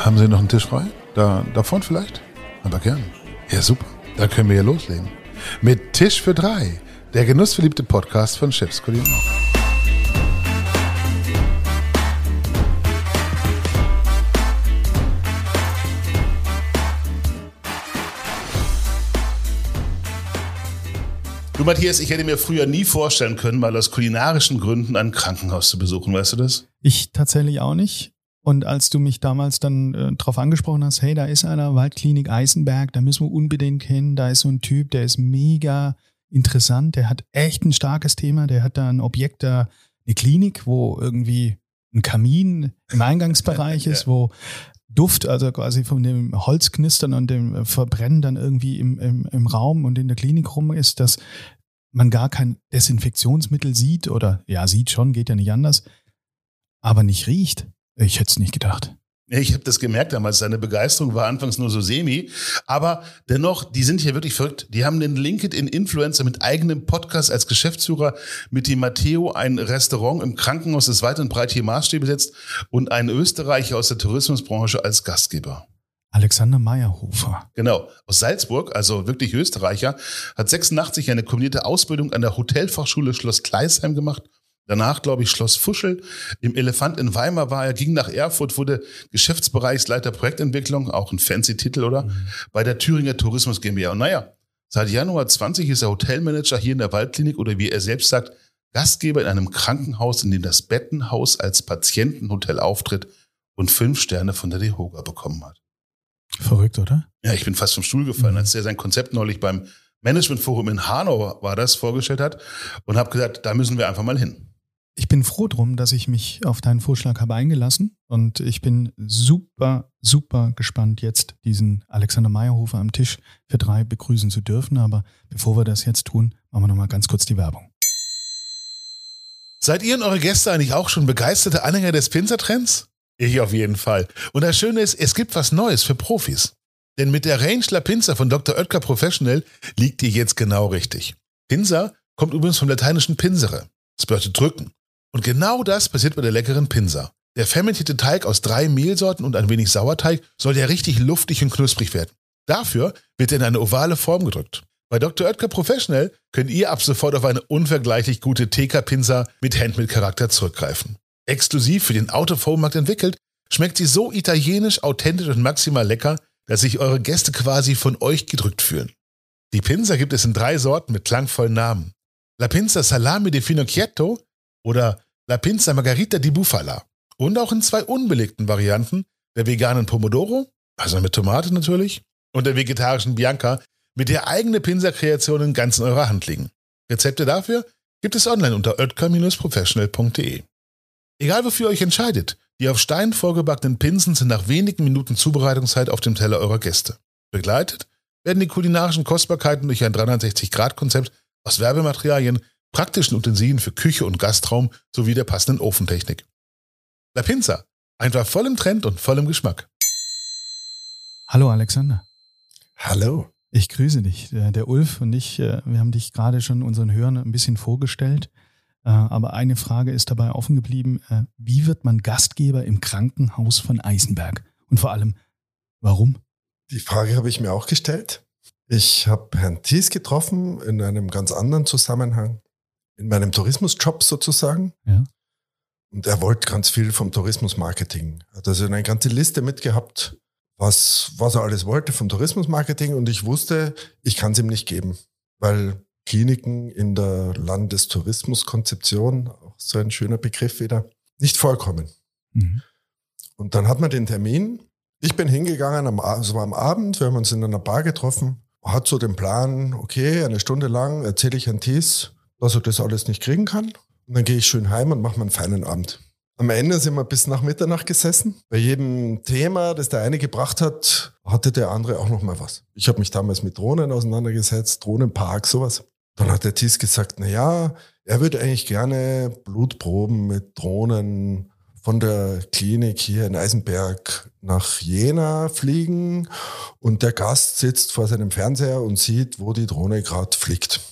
Haben Sie noch einen Tisch frei? Da vorne vielleicht? Aber gern. Ja, super. Dann können wir ja loslegen. Mit Tisch für 3, der genussverliebte Podcast von Chefs Culinar. Du Matthias, ich hätte mir früher nie vorstellen können, mal aus kulinarischen Gründen ein Krankenhaus zu besuchen, weißt du das? Ich tatsächlich auch nicht. Und als du mich damals dann darauf angesprochen hast, hey, da ist einer, Waldklinik Eisenberg, da müssen wir unbedingt hin, da ist so ein Typ, der ist mega interessant, der hat echt ein starkes Thema, der hat da ein Objekt, da eine Klinik, wo irgendwie ein Kamin im Eingangsbereich ist, wo Duft, also quasi von dem Holzknistern und dem Verbrennen dann irgendwie im Raum und in der Klinik rum ist, dass man gar kein Desinfektionsmittel sieht oder, ja, sieht schon, geht ja nicht anders, aber nicht riecht. Ich hätte es nicht gedacht. Ich habe das gemerkt damals, seine Begeisterung war anfangs nur so semi, aber dennoch, die sind hier wirklich verrückt. Die haben den LinkedIn-Influencer mit eigenem Podcast als Geschäftsführer, mit dem Matteo ein Restaurant im Krankenhaus, das weit und breit hier Maßstäbe setzt, und einen Österreicher aus der Tourismusbranche als Gastgeber. Alexander Meyerhofer. Genau, aus Salzburg, also wirklich Österreicher, hat 86 eine kombinierte Ausbildung an der Hotelfachschule Schloss Kleisheim gemacht. Danach, glaube ich, Schloss Fuschel. Im Elefant in Weimar war er, ging nach Erfurt, wurde Geschäftsbereichsleiter Projektentwicklung, auch ein fancy Titel, oder? Bei der Thüringer Tourismus GmbH. Und naja, seit Januar 20 ist er Hotelmanager hier in der Waldklinik oder wie er selbst sagt, Gastgeber in einem Krankenhaus, in dem das Bettenhaus als Patientenhotel auftritt und 5 Sterne von der DEHOGA bekommen hat. Verrückt, oder? Ja, ich bin fast vom Stuhl gefallen, als er sein Konzept neulich beim Managementforum in Hanau vorgestellt hat und habe gesagt, da müssen wir einfach mal hin. Ich bin froh drum, dass ich mich auf deinen Vorschlag habe eingelassen und ich bin super, super gespannt, jetzt diesen Alexander Meyerhofer am Tisch für 3 begrüßen zu dürfen. Aber bevor wir das jetzt tun, machen wir nochmal ganz kurz die Werbung. Seid ihr und eure Gäste eigentlich auch schon begeisterte Anhänger des Pinzertrends? Ich auf jeden Fall. Und das Schöne ist, es gibt was Neues für Profis. Denn mit der Range La Pinza von Dr. Oetker Professional liegt ihr jetzt genau richtig. Pinza kommt übrigens vom lateinischen pinsere. Das bedeutet drücken. Und genau das passiert bei der leckeren Pinza. Der fermentierte Teig aus 3 Mehlsorten und ein wenig Sauerteig soll ja richtig luftig und knusprig werden. Dafür wird er in eine ovale Form gedrückt. Bei Dr. Oetker Professional könnt ihr ab sofort auf eine unvergleichlich gute TK-Pinza mit Handmade-Charakter zurückgreifen. Exklusiv für den Out-of-Home-Markt entwickelt, schmeckt sie so italienisch, authentisch und maximal lecker, dass sich eure Gäste quasi von euch gedrückt fühlen. Die Pinza gibt es in 3 Sorten mit klangvollen Namen. La Pinza Salami di Finocchietto oder La Pinza Margherita di Bufala. Und auch in 2 unbelegten Varianten, der veganen Pomodoro, also mit Tomate natürlich, und der vegetarischen Bianca, mit der eigene Pinza-Kreationen ganz in eurer Hand liegen. Rezepte dafür gibt es online unter oetker-professional.de. Egal wofür ihr euch entscheidet, die auf Stein vorgebackenen Pinsen sind nach wenigen Minuten Zubereitungszeit auf dem Teller eurer Gäste. Begleitet werden die kulinarischen Kostbarkeiten durch ein 360-Grad-Konzept aus Werbematerialien, praktischen Utensilien für Küche und Gastraum sowie der passenden Ofentechnik. La Pinza, einfach voll im Trend und voll im Geschmack. Hallo Alexander. Hallo. Ich grüße dich. Der Ulf und ich, wir haben dich gerade schon unseren Hörern ein bisschen vorgestellt. Aber eine Frage ist dabei offen geblieben. Wie wird man Gastgeber im Krankenhaus von Eisenberg? Und vor allem, warum? Die Frage habe ich mir auch gestellt. Ich habe Herrn Thies getroffen in einem ganz anderen Zusammenhang, in meinem Tourismusjob sozusagen. Ja. Und er wollte ganz viel vom Tourismusmarketing. Er hat also eine ganze Liste mitgehabt, was er alles wollte vom Tourismusmarketing. Und ich wusste, ich kann es ihm nicht geben, weil Kliniken in der Landestourismuskonzeption, auch so ein schöner Begriff wieder, nicht vorkommen. Mhm. Und dann hat man den Termin. Ich bin hingegangen, es war am Abend, wir haben uns in einer Bar getroffen, hat so den Plan, okay, 1 Stunde lang erzähle ich Herrn Thies, dass er das alles nicht kriegen kann. Und dann gehe ich schön heim und mache mir einen feinen Abend. Am Ende sind wir bis nach Mitternacht gesessen. Bei jedem Thema, das der eine gebracht hat, hatte der andere auch noch mal was. Ich habe mich damals mit Drohnen auseinandergesetzt, Drohnenpark, sowas. Dann hat der Thies gesagt, er würde eigentlich gerne Blutproben mit Drohnen von der Klinik hier in Eisenberg nach Jena fliegen und der Gast sitzt vor seinem Fernseher und sieht, wo die Drohne gerade fliegt.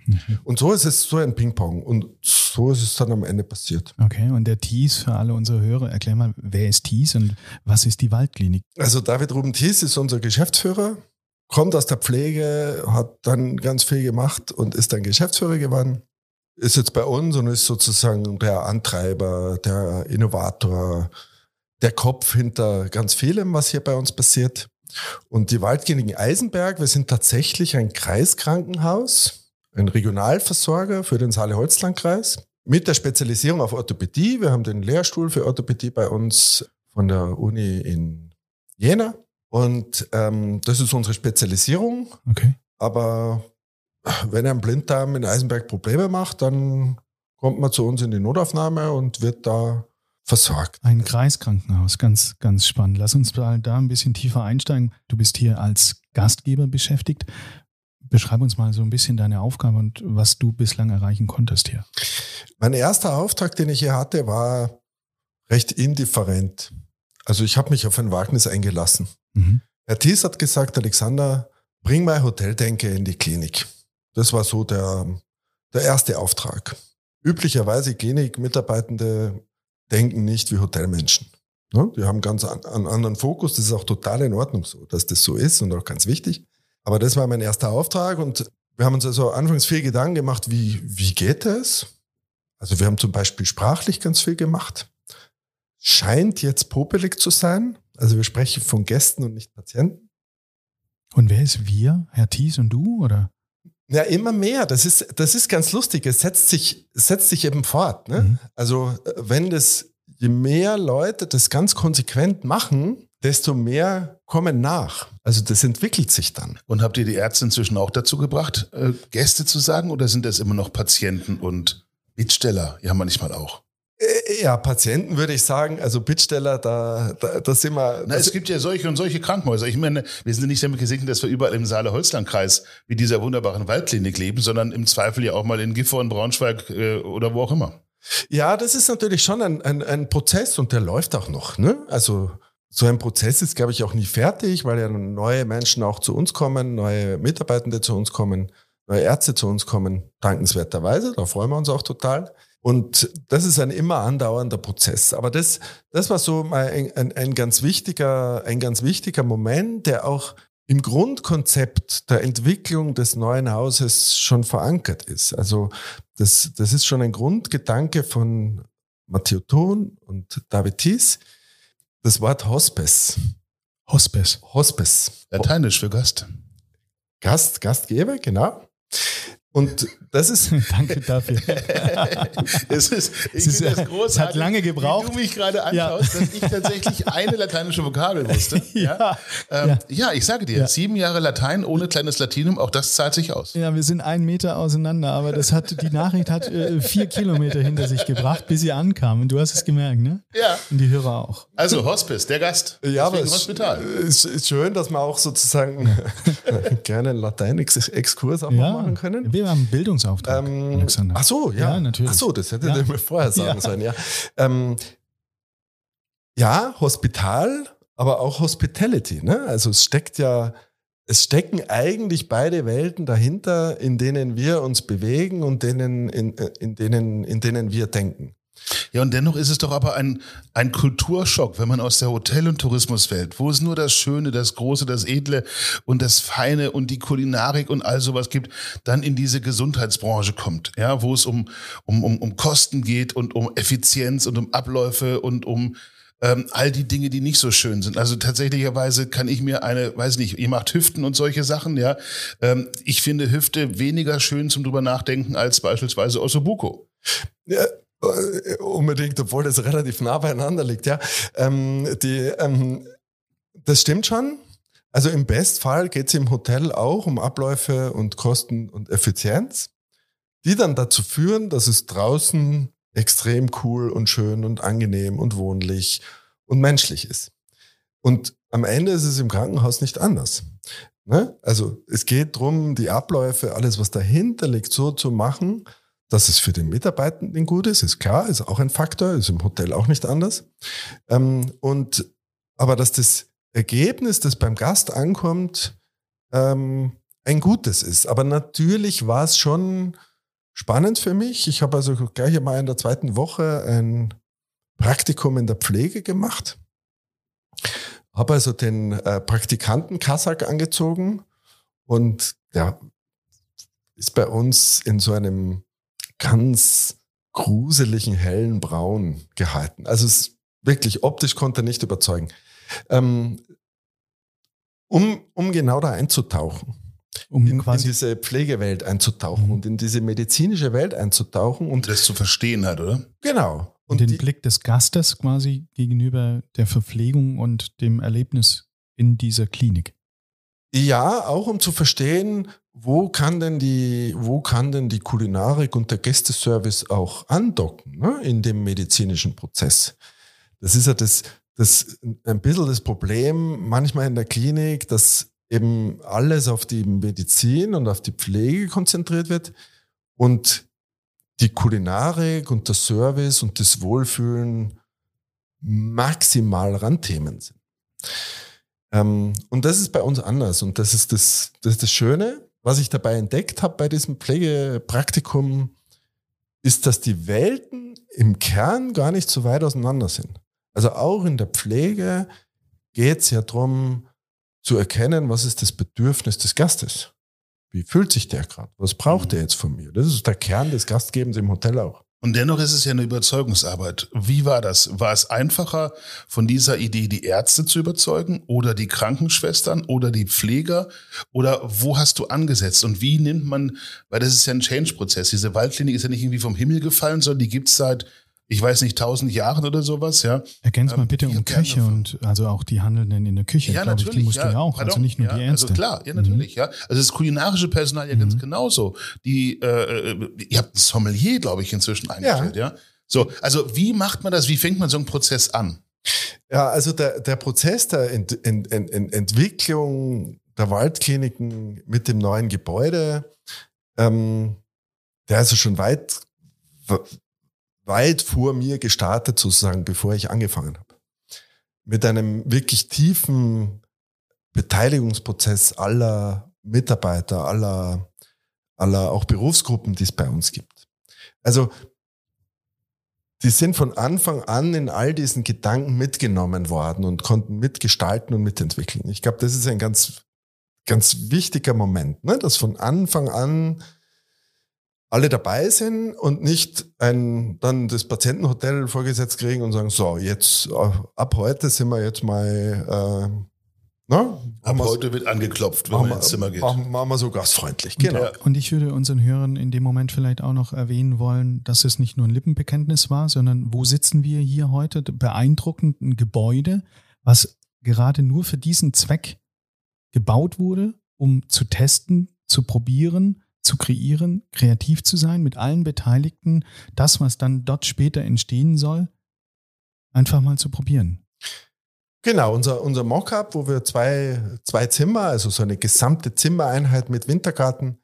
Und so ist es so ein Ping-Pong. Und so ist es dann am Ende passiert. Okay, und der Thies, für alle unsere Hörer, erklär mal, wer ist Thies und was ist die Waldklinik? Also David Ruben Thies ist unser Geschäftsführer, kommt aus der Pflege, hat dann ganz viel gemacht und ist dann Geschäftsführer geworden. Ist jetzt bei uns und ist sozusagen der Antreiber, der Innovator, der Kopf hinter ganz vielem, was hier bei uns passiert. Und die Waldklinik Eisenberg, wir sind tatsächlich ein Kreiskrankenhaus, ein Regionalversorger für den Saale-Holzland-Kreis mit der Spezialisierung auf Orthopädie. Wir haben den Lehrstuhl für Orthopädie bei uns von der Uni in Jena. Und das ist unsere Spezialisierung. Okay. Aber wenn ein Blinddarm in Eisenberg Probleme macht, dann kommt man zu uns in die Notaufnahme und wird da versorgt. Ein Kreiskrankenhaus, ganz, ganz spannend. Lass uns da ein bisschen tiefer einsteigen. Du bist hier als Gastgeber beschäftigt. Beschreib uns mal so ein bisschen deine Aufgabe und was du bislang erreichen konntest hier. Mein erster Auftrag, den ich hier hatte, war recht indifferent. Also ich habe mich auf ein Wagnis eingelassen. Mhm. Herr Thies hat gesagt, Alexander, bring mal Hoteldenke in die Klinik. Das war so der erste Auftrag. Üblicherweise Klinikmitarbeitende denken nicht wie Hotelmenschen. Ja, die haben ganz einen anderen Fokus. Das ist auch total in Ordnung so, dass das so ist und auch ganz wichtig. Aber das war mein erster Auftrag und wir haben uns also anfangs viel Gedanken gemacht, wie geht das? Also wir haben zum Beispiel sprachlich ganz viel gemacht. Scheint jetzt popelig zu sein. Also wir sprechen von Gästen und nicht Patienten. Und wer ist wir? Herr Thies und du, oder? Ja, immer mehr. Das ist ganz lustig. Es setzt sich eben fort. Ne? Mhm. Also je mehr Leute das ganz konsequent machen, desto mehr kommen nach. Also das entwickelt sich dann. Und habt ihr die Ärzte inzwischen auch dazu gebracht, Gäste zu sagen, oder sind das immer noch Patienten und Bittsteller? Ja, manchmal auch. Ja, Patienten würde ich sagen, also Bittsteller, da sind wir... Na, es gibt ja solche und solche Krankenhäuser. Ich meine, wir sind nicht damit gesegnet, dass wir überall im Saale-Holzland-Kreis wie dieser wunderbaren Waldklinik leben, sondern im Zweifel ja auch mal in Gifhorn, Braunschweig oder wo auch immer. Ja, das ist natürlich schon ein Prozess und der läuft auch noch. Ne? Also so ein Prozess ist, glaube ich, auch nie fertig, weil ja neue Menschen auch zu uns kommen, neue Mitarbeitende zu uns kommen, neue Ärzte zu uns kommen, dankenswerterweise. Da freuen wir uns auch total. Und das ist ein immer andauernder Prozess. Aber das war so mal ein ganz wichtiger Moment, der auch im Grundkonzept der Entwicklung des neuen Hauses schon verankert ist. Also das ist schon ein Grundgedanke von Matteo Thon und David Thies. Das Wort Hospice. Hospice. Lateinisch für Gast. Gastgeber, genau. Und das ist... Danke dafür. Es hat lange gebraucht. Wie du mich gerade anschaust, dass ich tatsächlich eine lateinische Vokabel wusste. Ja, ich sage dir, 7 Jahre Latein ohne kleines Latinum, auch das zahlt sich aus. Ja, wir sind 1 Meter auseinander, aber die Nachricht hat 4 Kilometer hinter sich gebracht, bis sie ankam. Und du hast es gemerkt, ne? Ja. Und die Hörer auch. Also Hospice, der Gast. Ja, aber Hospital. Es ist schön, dass wir auch sozusagen gerne einen Latein-Exkurs auch noch machen können. Wir haben einen Bildungsauftrag, Alexander. Ach so, ja. Natürlich. Ach so, das hätte ihr mir vorher sagen sollen, ja. Ja, Hospital, aber auch Hospitality, ne? Also es stecken eigentlich beide Welten dahinter, in denen wir uns bewegen und in denen wir denken. Ja, und dennoch ist es doch aber ein Kulturschock, wenn man aus der Hotel- und Tourismuswelt, wo es nur das Schöne, das Große, das Edle und das Feine und die Kulinarik und all sowas gibt, dann in diese Gesundheitsbranche kommt, ja, wo es um Kosten geht und um Effizienz und um Abläufe und um all die Dinge, die nicht so schön sind. Also tatsächlicherweise kann ich mir ihr macht Hüften und solche Sachen, ja. Ich finde Hüfte weniger schön zum drüber nachdenken als beispielsweise Ossobuco. Ja. Unbedingt, obwohl das relativ nah beieinander liegt, ja. Das stimmt schon. Also im Bestfall geht es im Hotel auch um Abläufe und Kosten und Effizienz, die dann dazu führen, dass es draußen extrem cool und schön und angenehm und wohnlich und menschlich ist. Und am Ende ist es im Krankenhaus nicht anders. Ne? Also es geht darum, die Abläufe, alles was dahinter liegt, so zu machen, dass es für den Mitarbeitenden gut ist klar, ist auch ein Faktor, ist im Hotel auch nicht anders. Aber dass das Ergebnis, das beim Gast ankommt, ein gutes ist. Aber natürlich war es schon spannend für mich. Ich habe also gleich einmal in der 2. Woche ein Praktikum in der Pflege gemacht. Habe also den Praktikanten Kassak angezogen und der ist bei uns in so einem ganz gruseligen hellen Braun gehalten. Also es ist wirklich optisch konnte er nicht überzeugen. Um genau da einzutauchen, in diese Pflegewelt einzutauchen und in diese medizinische Welt einzutauchen. Und das zu verstehen hat, oder? Genau. Und den Blick des Gastes quasi gegenüber der Verpflegung und dem Erlebnis in dieser Klinik. Ja, auch um zu verstehen, wo kann denn die Kulinarik und der Gästeservice auch andocken, ne, in dem medizinischen Prozess. Das ist ja das ein bisschen das Problem manchmal in der Klinik, dass eben alles auf die Medizin und auf die Pflege konzentriert wird und die Kulinarik und der Service und das Wohlfühlen maximal Randthemen sind. Und das ist bei uns anders und das ist das Schöne, was ich dabei entdeckt habe bei diesem Pflegepraktikum, ist, dass die Welten im Kern gar nicht so weit auseinander sind. Also auch in der Pflege geht es ja darum zu erkennen, was ist das Bedürfnis des Gastes. Wie fühlt sich der gerade? Was braucht er jetzt von mir? Das ist der Kern des Gastgebens im Hotel auch. Und dennoch ist es ja eine Überzeugungsarbeit. Wie war das? War es einfacher, von dieser Idee die Ärzte zu überzeugen oder die Krankenschwestern oder die Pfleger? Oder wo hast du angesetzt? Und wie nimmt man, weil das ist ja ein Change-Prozess. Diese Waldklinik ist ja nicht irgendwie vom Himmel gefallen, sondern die gibt's seit, ich weiß nicht, 1000 Jahren oder sowas, ja. Ergänz mal bitte um Köche und also auch die Handelnden in der Küche. Ja, natürlich. Die musst du ja auch, pardon, also nicht nur die Ärzte. Also klar, ja, natürlich, ja. Also das kulinarische Personal ja ganz genauso. Ihr habt ein Sommelier, glaube ich, inzwischen eingestellt, ja. So, also wie macht man das? Wie fängt man so einen Prozess an? Ja, also der Prozess der Entwicklung der Waldkliniken mit dem neuen Gebäude, der ist also schon weit vor mir gestartet, sozusagen, bevor ich angefangen habe. Mit einem wirklich tiefen Beteiligungsprozess aller Mitarbeiter, aller auch Berufsgruppen, die es bei uns gibt. Also, die sind von Anfang an in all diesen Gedanken mitgenommen worden und konnten mitgestalten und mitentwickeln. Ich glaube, das ist ein ganz, ganz wichtiger Moment, ne? Dass von Anfang an alle dabei sind und nicht dann das Patientenhotel vorgesetzt kriegen und sagen, so, jetzt ab heute sind wir jetzt mal ab heute wird angeklopft, wenn man ins Zimmer geht. Machen wir so gastfreundlich, genau. Und ich würde unseren Hörern in dem Moment vielleicht auch noch erwähnen wollen, dass es nicht nur ein Lippenbekenntnis war, sondern wo sitzen wir hier heute? Beeindruckend ein Gebäude, was gerade nur für diesen Zweck gebaut wurde, um zu testen, zu probieren, zu kreieren, kreativ zu sein, mit allen Beteiligten, das, was dann dort später entstehen soll, einfach mal zu probieren. Genau, unser Mockup, wo wir zwei Zimmer, also so eine gesamte Zimmereinheit mit Wintergarten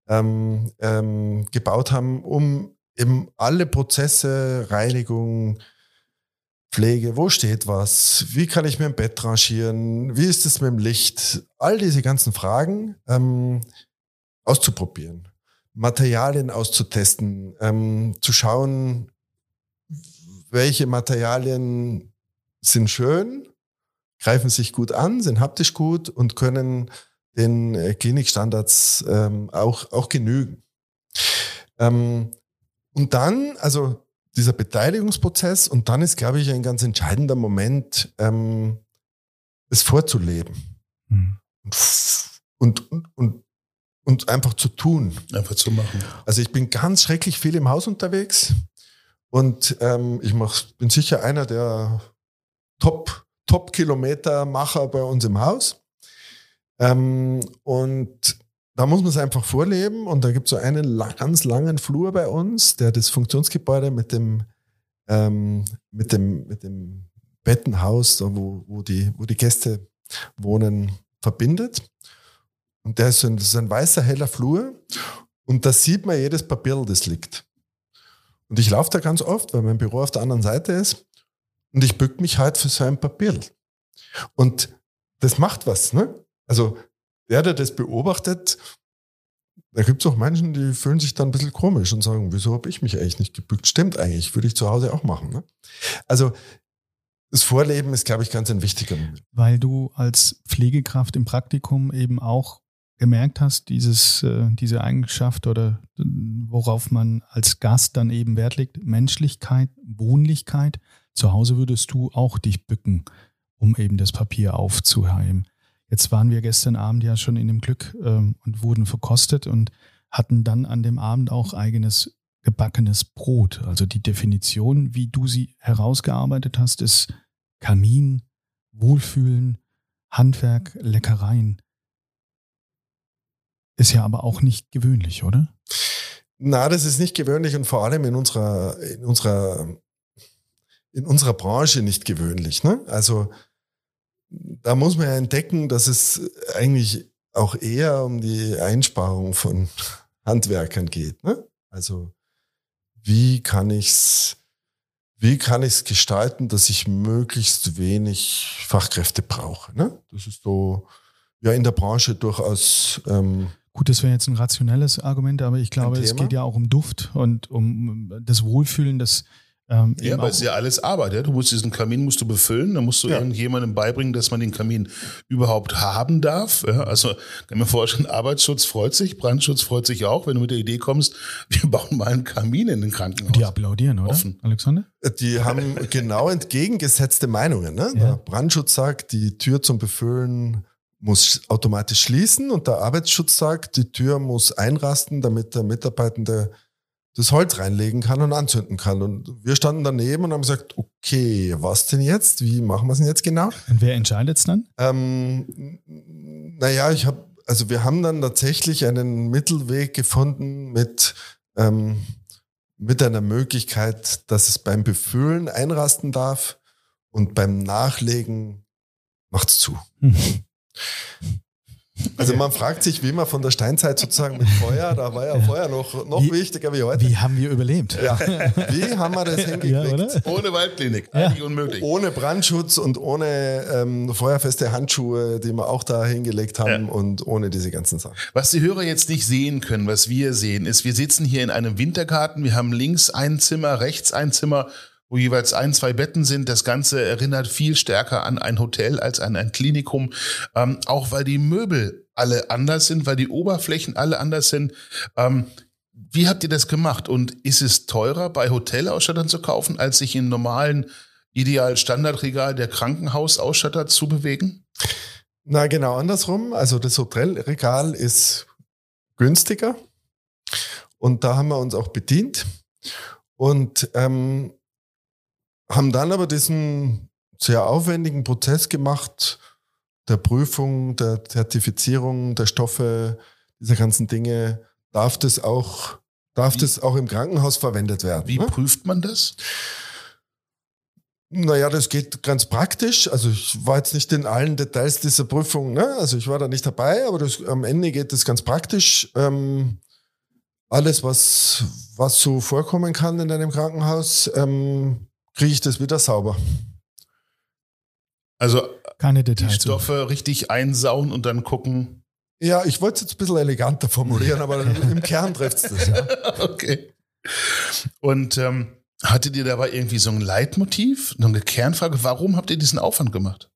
gebaut haben, um eben alle Prozesse, Reinigung, Pflege, wo steht was, wie kann ich mir ein Bett rangieren, wie ist es mit dem Licht, all diese ganzen Fragen auszuprobieren, Materialien auszutesten, zu schauen, welche Materialien sind schön, greifen sich gut an, sind haptisch gut und können den Klinikstandards auch genügen. Und dann, also dieser Beteiligungsprozess, und dann ist, glaube ich, ein ganz entscheidender Moment, es vorzuleben. Und einfach zu tun. Einfach zu machen. Also ich bin ganz schrecklich viel im Haus unterwegs und bin sicher einer der Top-Kilometer-Macher bei uns im Haus. Und da muss man es einfach vorleben und da gibt es so einen ganz langen Flur bei uns, der das Funktionsgebäude mit dem Bettenhaus, wo die Gäste wohnen, verbindet. Und das ist ein weißer, heller Flur. Und da sieht man jedes Papier, das liegt. Und ich laufe da ganz oft, weil mein Büro auf der anderen Seite ist. Und ich bück mich halt für so ein Papier. Und das macht was, ne? Also der das beobachtet, Da gibt es auch Menschen, die fühlen sich dann ein bisschen komisch und sagen, wieso habe ich mich eigentlich nicht gebückt? Stimmt eigentlich, würde ich zu Hause auch machen. Ne? Also das Vorleben ist, glaube ich, ganz ein wichtiger Moment. Weil du als Pflegekraft im Praktikum eben auch gemerkt hast, diese Eigenschaft oder worauf man als Gast dann eben Wert legt, Menschlichkeit, Wohnlichkeit. Zu Hause würdest du auch dich bücken, um eben das Papier aufzuheben. Jetzt waren wir gestern Abend ja schon in dem Glück und wurden verkostet und hatten dann an dem Abend auch eigenes gebackenes Brot. Also die Definition, wie du sie herausgearbeitet hast, ist Kamin, Wohlfühlen, Handwerk, Leckereien. Ist ja aber auch nicht gewöhnlich, oder? Na, das ist nicht gewöhnlich und vor allem in unserer Branche nicht gewöhnlich. Ne? Also da muss man ja entdecken, dass es eigentlich auch eher um die Einsparung von Handwerkern geht. Ne? Also wie kann ich's gestalten, dass ich möglichst wenig Fachkräfte brauche? Ne? Das ist so ja in der Branche durchaus. Gut, das wäre jetzt ein rationelles Argument, aber ich glaube, es geht ja auch um Duft und um das Wohlfühlen, das ja, aber es ist ja alles Arbeit. Ja? Diesen Kamin befüllen, dann musst du irgendjemandem beibringen, dass man den Kamin überhaupt haben darf. Ja? Also kann mir vorstellen, Arbeitsschutz freut sich, Brandschutz freut sich auch, wenn du mit der Idee kommst, wir bauen mal einen Kamin in den Krankenhaus. Die applaudieren, oder? Offen. Alexander? Die haben genau entgegengesetzte Meinungen. Ne? Ja. Der Brandschutz sagt, die Tür zum Befüllen muss automatisch schließen und der Arbeitsschutz sagt, die Tür muss einrasten, damit der Mitarbeitende das Holz reinlegen kann und anzünden kann. Und wir standen daneben und haben gesagt, okay, was denn jetzt? Wie machen wir es denn jetzt genau? Und wer entscheidet es dann? Wir haben dann tatsächlich einen Mittelweg gefunden mit einer Möglichkeit, dass es beim Befüllen einrasten darf und beim Nachlegen macht's zu. Also man fragt sich, wie man von der Steinzeit sozusagen mit Feuer, da war ja Feuer noch wichtiger wie heute. Wie haben wir überlebt? Ja. Wie haben wir das hingekriegt? Ja, ohne Waldklinik, eigentlich unmöglich. Ohne Brandschutz und ohne feuerfeste Handschuhe, die wir auch da hingelegt haben und ohne diese ganzen Sachen. Was die Hörer jetzt nicht sehen können, was wir sehen, ist, wir sitzen hier in einem Wintergarten, wir haben links ein Zimmer, rechts ein Zimmer, wo jeweils 1, 2 Betten sind. Das Ganze erinnert viel stärker an ein Hotel als an ein Klinikum. Auch weil die Möbel alle anders sind, weil die Oberflächen alle anders sind. Wie habt ihr das gemacht? Und ist es teurer, bei Hotelausstattern zu kaufen, als sich im normalen Ideal-Standardregal der Krankenhausausstatter zu bewegen? Na, genau andersrum. Also das Hotelregal ist günstiger. Und da haben wir uns auch bedient. Und haben dann aber diesen sehr aufwendigen Prozess gemacht, der Prüfung, der Zertifizierung der Stoffe, dieser ganzen Dinge. Darf das auch im Krankenhaus verwendet werden? Wie prüft man das? Naja, das geht ganz praktisch. Also ich war jetzt nicht in allen Details dieser Prüfung, ne? Also ich war da nicht dabei, aber am Ende geht das ganz praktisch. Alles, was so vorkommen kann in einem Krankenhaus, kriege ich das wieder sauber. Also keine Details. Die Stoffe richtig einsauen und dann gucken. Ja, ich wollte es jetzt ein bisschen eleganter formulieren, aber im Kern trifft es das. Ja. Okay. Und hattet ihr dabei irgendwie so ein Leitmotiv, so eine Kernfrage? Warum habt ihr diesen Aufwand gemacht?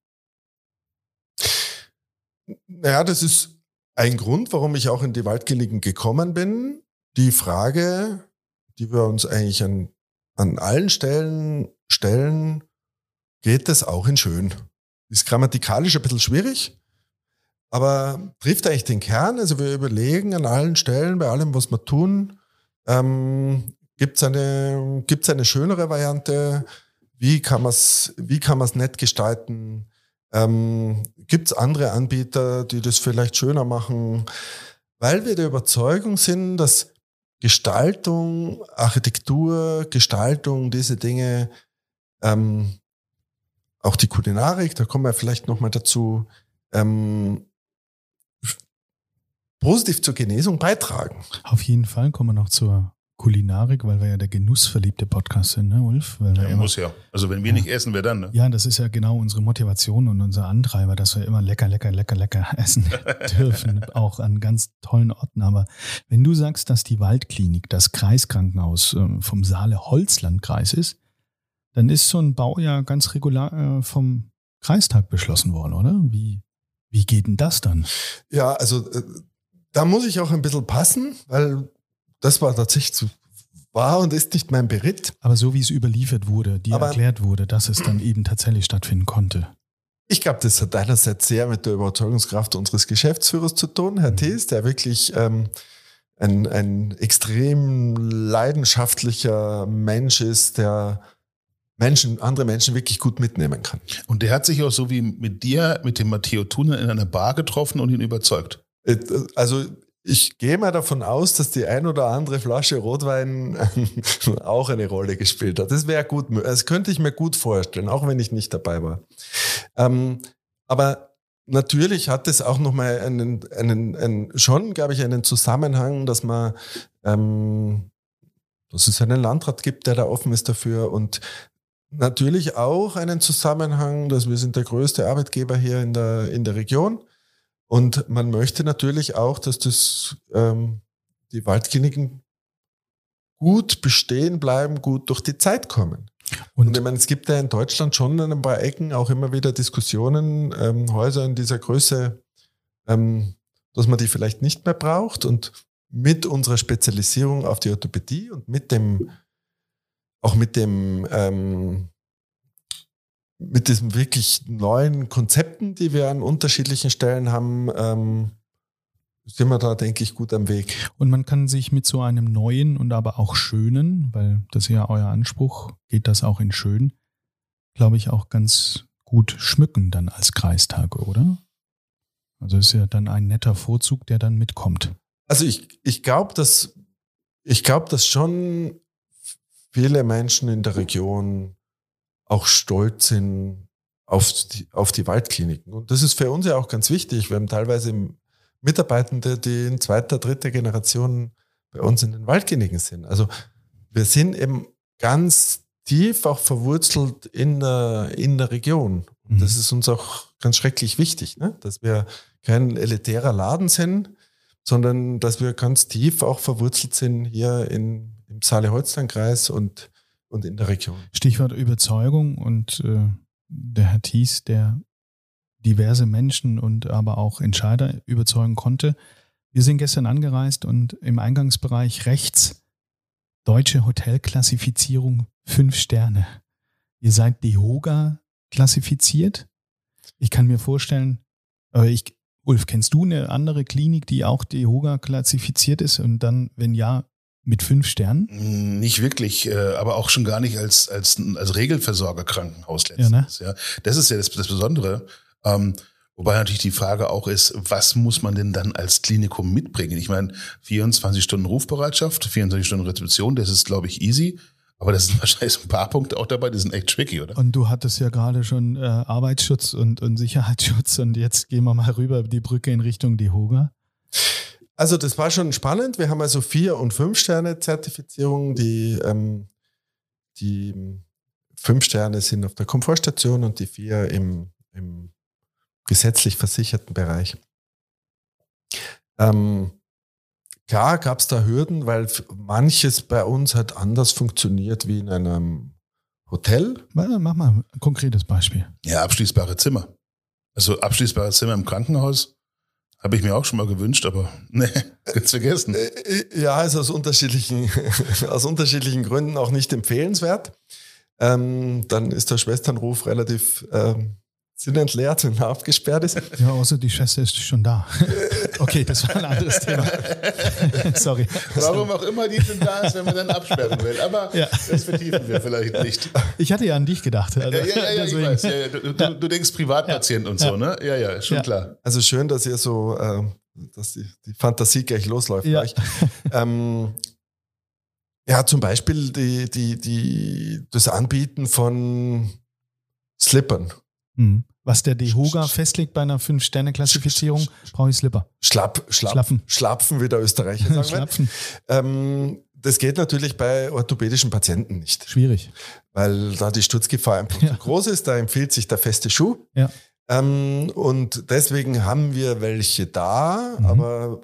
Naja, das ist ein Grund, warum ich auch in die Waldkliniken gekommen bin. Die Frage, die wir uns eigentlich an allen Stellen stellen, geht das auch in schön? Ist grammatikalisch ein bisschen schwierig, aber trifft eigentlich den Kern. Also wir überlegen an allen Stellen, bei allem, was wir tun, gibt's eine schönere Variante? Wie kann man's nett gestalten? Gibt's andere Anbieter, die das vielleicht schöner machen? Weil wir der Überzeugung sind, dass Gestaltung, Architektur, Gestaltung, diese Dinge, auch die Kulinarik, da kommen wir vielleicht nochmal dazu, positiv zur Genesung beitragen. Auf jeden Fall kommen wir noch zur Kulinarik, weil wir ja der genussverliebte Podcast sind, ne, Ulf? Weil wir Muss ja. Also wenn wir nicht essen, wer dann? Ne? Ja, das ist ja genau unsere Motivation und unser Antreiber, dass wir immer lecker essen dürfen, auch an ganz tollen Orten. Aber wenn du sagst, dass die Waldklinik das Kreiskrankenhaus vom Saale-Holzland-Kreis ist, dann ist so ein Bau ja ganz regular vom Kreistag beschlossen worden, oder? Wie geht denn das dann? Ja, also da muss ich auch ein bisschen passen, weil das war tatsächlich war und ist nicht mein Beritt. Aber so wie es überliefert wurde, erklärt wurde, dass es dann eben tatsächlich stattfinden konnte. Ich glaube, das hat einerseits sehr mit der Überzeugungskraft unseres Geschäftsführers zu tun, Herr Thees, der wirklich ein extrem leidenschaftlicher Mensch ist, der andere Menschen wirklich gut mitnehmen kann. Und der hat sich auch so wie mit dir, mit dem Matteo Thuner in einer Bar getroffen und ihn überzeugt. Also ich gehe mal davon aus, dass die ein oder andere Flasche Rotwein auch eine Rolle gespielt hat. Das wäre gut, das könnte ich mir gut vorstellen, auch wenn ich nicht dabei war. Aber natürlich hat es auch nochmal einen Zusammenhang, dass es einen Landrat gibt, der da offen ist dafür, und natürlich auch einen Zusammenhang, dass wir sind der größte Arbeitgeber hier in der Region. Und man möchte natürlich auch, dass die Waldkliniken gut bestehen bleiben, gut durch die Zeit kommen. Und ich meine, es gibt ja in Deutschland schon an ein paar Ecken auch immer wieder Diskussionen, Häuser in dieser Größe, dass man die vielleicht nicht mehr braucht. Und mit unserer Spezialisierung auf die Orthopädie und mit diesen wirklich neuen Konzepten, die wir an unterschiedlichen Stellen haben, sind wir da, denke ich, gut am Weg. Und man kann sich mit so einem neuen und aber auch schönen, weil das ist ja euer Anspruch, geht das auch in schön, glaube ich, auch ganz gut schmücken dann als Kreistag, oder? Also ist ja dann ein netter Vorzug, der dann mitkommt. Also ich glaube, dass schon viele Menschen in der Region auch stolz sind auf die Waldkliniken. Und das ist für uns ja auch ganz wichtig. Wir haben teilweise Mitarbeitende, die in 2., 3. Generation bei uns in den Waldkliniken sind. Also wir sind eben ganz tief auch verwurzelt in der Region. Und das ist uns auch ganz schrecklich wichtig, ne? Dass wir kein elitärer Laden sind, sondern dass wir ganz tief auch verwurzelt sind hier im Saale-Holzland-Kreis und in der Region. Stichwort Überzeugung und der Herr Thies, der diverse Menschen und aber auch Entscheider überzeugen konnte. Wir sind gestern angereist und im Eingangsbereich rechts deutsche Hotelklassifizierung 5 Sterne. Ihr seid DEHOGA klassifiziert. Ich kann mir vorstellen, Ulf, kennst du eine andere Klinik, die auch DEHOGA klassifiziert ist und dann, wenn ja, mit 5 Sternen? Nicht wirklich, aber auch schon gar nicht als Regelversorgerkrankenhaus letztens. Ja, ne? Ja. Das ist ja das Besondere. Wobei natürlich die Frage auch ist, was muss man denn dann als Klinikum mitbringen? Ich meine, 24 Stunden Rufbereitschaft, 24 Stunden Rezeption, das ist, glaube ich, easy. Aber das sind wahrscheinlich so ein paar Punkte auch dabei, die sind echt tricky, oder? Und du hattest ja gerade schon Arbeitsschutz und Sicherheitsschutz und jetzt gehen wir mal rüber die Brücke in Richtung DEHOGA. Also das war schon spannend. Wir haben also 4- und 5-Sterne-Zertifizierung. Die 5 Sterne sind auf der Komfortstation und die 4 im gesetzlich versicherten Bereich. Klar gab es da Hürden, weil manches bei uns halt anders funktioniert wie in einem Hotel. Mach mal ein konkretes Beispiel. Ja, abschließbare Zimmer. Also abschließbare Zimmer im Krankenhaus habe ich mir auch schon mal gewünscht, aber nee, ganz vergessen. Ja, ist aus unterschiedlichen Gründen auch nicht empfehlenswert. Dann ist der Schwesternruf relativ sinnentleert, wenn er abgesperrt ist. Ja, außer die Schwester ist schon da. Okay, das war ein anderes Thema. Sorry. Warum auch immer die schon da ist, wenn man dann absperren will. Aber ja, das vertiefen wir vielleicht nicht. Ich hatte ja an dich gedacht. Also ja, ich weiß. Ja, du denkst Privatpatient und so, ne? Ja, schon klar. Also schön, dass ihr so, dass die Fantasie gleich losläuft. Ja. Ja, zum Beispiel das Anbieten von Slippern. Was der DEHOGA festlegt bei einer 5-Sterne-Klassifizierung, brauche ich Slipper. Schlapfen, wie der Österreicher sagen Schlapfen. das geht natürlich bei orthopädischen Patienten nicht. Schwierig. Weil da die Sturzgefahr einfach zu groß ist. Da empfiehlt sich der feste Schuh. Ja. Und deswegen haben wir welche da, aber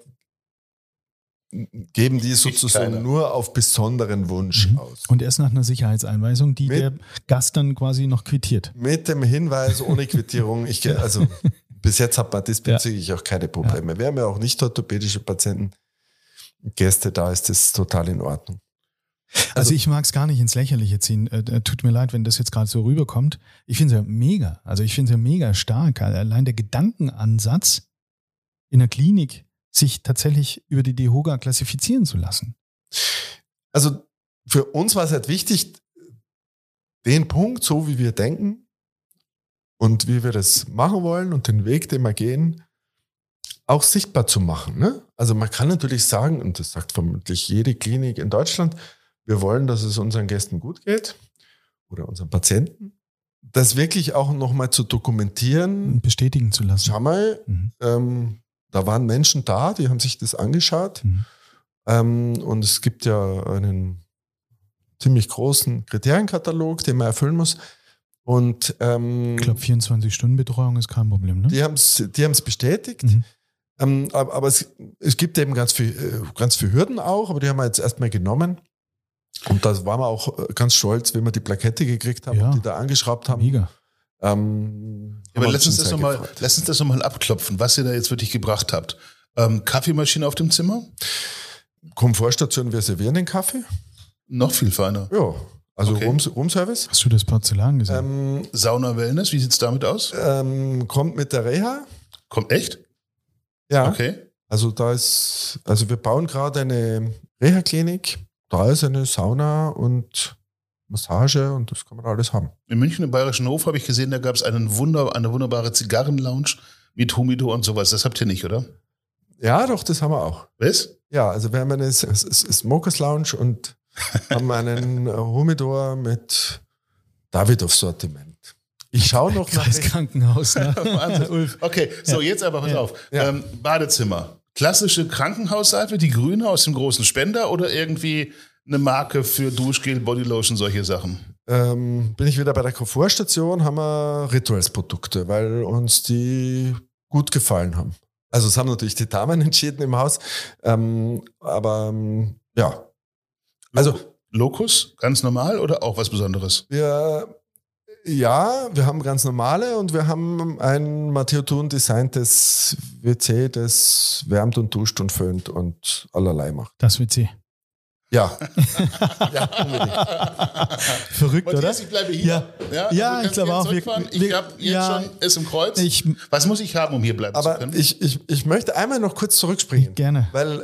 geben die sozusagen nur auf besonderen Wunsch aus. Und erst nach einer Sicherheitseinweisung, die der Gast dann quasi noch quittiert. Mit dem Hinweis, ohne Quittierung. Also bis jetzt hat man diesbezüglich auch keine Probleme. Ja. Wir haben ja auch nicht orthopädische Patienten, Gäste, da ist das total in Ordnung. Also ich mag es gar nicht ins Lächerliche ziehen. Tut mir leid, wenn das jetzt gerade so rüberkommt. Ich finde es ja mega. Also ich finde es ja mega stark. Allein der Gedankenansatz in der Klinik, sich tatsächlich über die DEHOGA klassifizieren zu lassen. Also für uns war es halt wichtig, den Punkt, so wie wir denken und wie wir das machen wollen und den Weg, den wir gehen, auch sichtbar zu machen. Ne? Also man kann natürlich sagen, und das sagt vermutlich jede Klinik in Deutschland, wir wollen, dass es unseren Gästen gut geht oder unseren Patienten. Das wirklich auch nochmal zu dokumentieren. Und bestätigen zu lassen. Schau mal, da waren Menschen da, die haben sich das angeschaut. Und es gibt ja einen ziemlich großen Kriterienkatalog, den man erfüllen muss. Und ich glaube, 24-Stunden-Betreuung ist kein Problem, ne? Die haben es bestätigt. Aber es gibt eben ganz viel Hürden auch, aber die haben wir jetzt erstmal genommen. Und da waren wir auch ganz stolz, wenn wir die Plakette gekriegt haben und die da angeschraubt haben. Mega. Aber lass uns das nochmal abklopfen, was ihr da jetzt wirklich gebracht habt. Kaffeemaschine auf dem Zimmer? Komfortstation, wir servieren den Kaffee. Noch viel feiner. Ja, also Okay. Roomservice. Hast du das Porzellan gesehen? Sauna Wellness, wie sieht es damit aus? Kommt mit der Reha. Kommt echt? Ja. Okay. Also wir bauen gerade eine Reha-Klinik. Da ist eine Sauna und Massage und das kann man alles haben. In München im Bayerischen Hof habe ich gesehen, da gab es eine wunderbare Zigarrenlounge mit Humidor und sowas. Das habt ihr nicht, oder? Ja, doch, das haben wir auch. Was? Ja, also wir haben eine Smokers Lounge und haben einen Humidor mit Davidoff-Sortiment. Ich schaue noch nach... Krankenhaus, ne? Wahnsinn. Okay, so jetzt aber pass auf. Ja. Badezimmer. Klassische Krankenhausseife, die grüne aus dem großen Spender oder irgendwie eine Marke für Duschgel, Bodylotion, solche Sachen? Bin ich wieder bei der Komfortstation, haben wir Rituals-Produkte, weil uns die gut gefallen haben. Also es haben natürlich die Damen entschieden im Haus, aber ja. Also Locus, ganz normal oder auch was Besonderes? wir haben ganz normale und wir haben ein Matteo Thun designtes WC, das wärmt und duscht und föhnt und allerlei macht. Das WC. Ja. Ja, unbedingt. Verrückt, Matthias, oder? ich bleibe hier. Ja, ich glaube auch. Ich habe jetzt schon es im Kreuz. Was muss ich haben, um hier bleiben zu Aber können? ich möchte einmal noch kurz zurückspringen. Gerne. Weil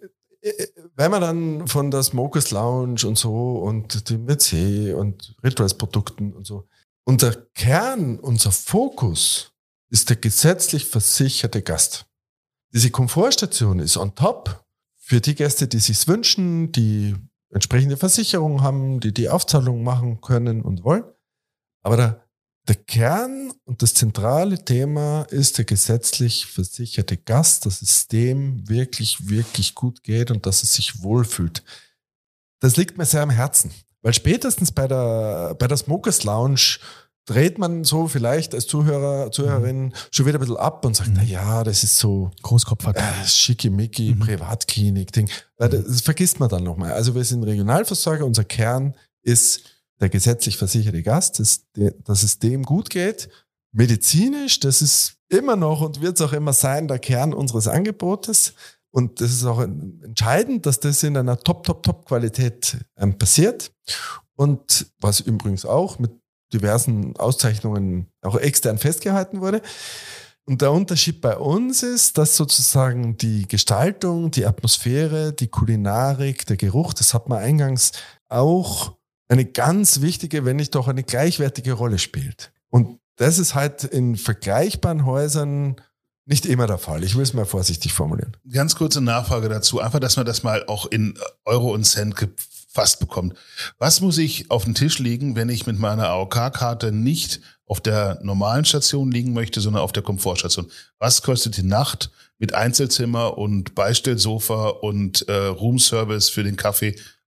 wenn man dann von der Smokers Lounge und so und dem WC und Rituals-Produkten und so, unser Kern, unser Fokus ist der gesetzlich versicherte Gast. Diese Komfortstation ist on top für die Gäste, die sich's wünschen, die entsprechende Versicherung haben, die Aufzahlung machen können und wollen. Aber der Kern und das zentrale Thema ist der gesetzlich versicherte Gast, dass es dem wirklich, wirklich gut geht und dass es sich wohlfühlt. Das liegt mir sehr am Herzen, weil spätestens bei der Smokers Lounge dreht man so vielleicht als Zuhörerin schon wieder ein bisschen ab und sagt, na ja, das ist so Großkopfvertrag. Schickimicki, Privatklinik-Ding. Das vergisst man dann nochmal. Also wir sind Regionalversorger, unser Kern ist der gesetzlich versicherte Gast, dass es dem gut geht. Medizinisch, das ist immer noch und wird es auch immer sein, der Kern unseres Angebotes. Und das ist auch entscheidend, dass das in einer Top-Qualität passiert. Und was übrigens auch mit diversen Auszeichnungen auch extern festgehalten wurde. Und der Unterschied bei uns ist, dass sozusagen die Gestaltung, die Atmosphäre, die Kulinarik, der Geruch, das hat man eingangs auch eine ganz wichtige, wenn nicht doch eine gleichwertige Rolle spielt. Und das ist halt in vergleichbaren Häusern nicht immer der Fall. Ich will es mal vorsichtig formulieren. Ganz kurze Nachfrage dazu, einfach, dass man das mal auch in Euro und Cent gefasst bekommt. Was muss ich auf den Tisch legen, wenn ich mit meiner AOK-Karte nicht auf der normalen Station liegen möchte, sondern auf der Komfortstation? Was kostet die Nacht mit Einzelzimmer und Beistellsofa und Roomservice für den Kaffee?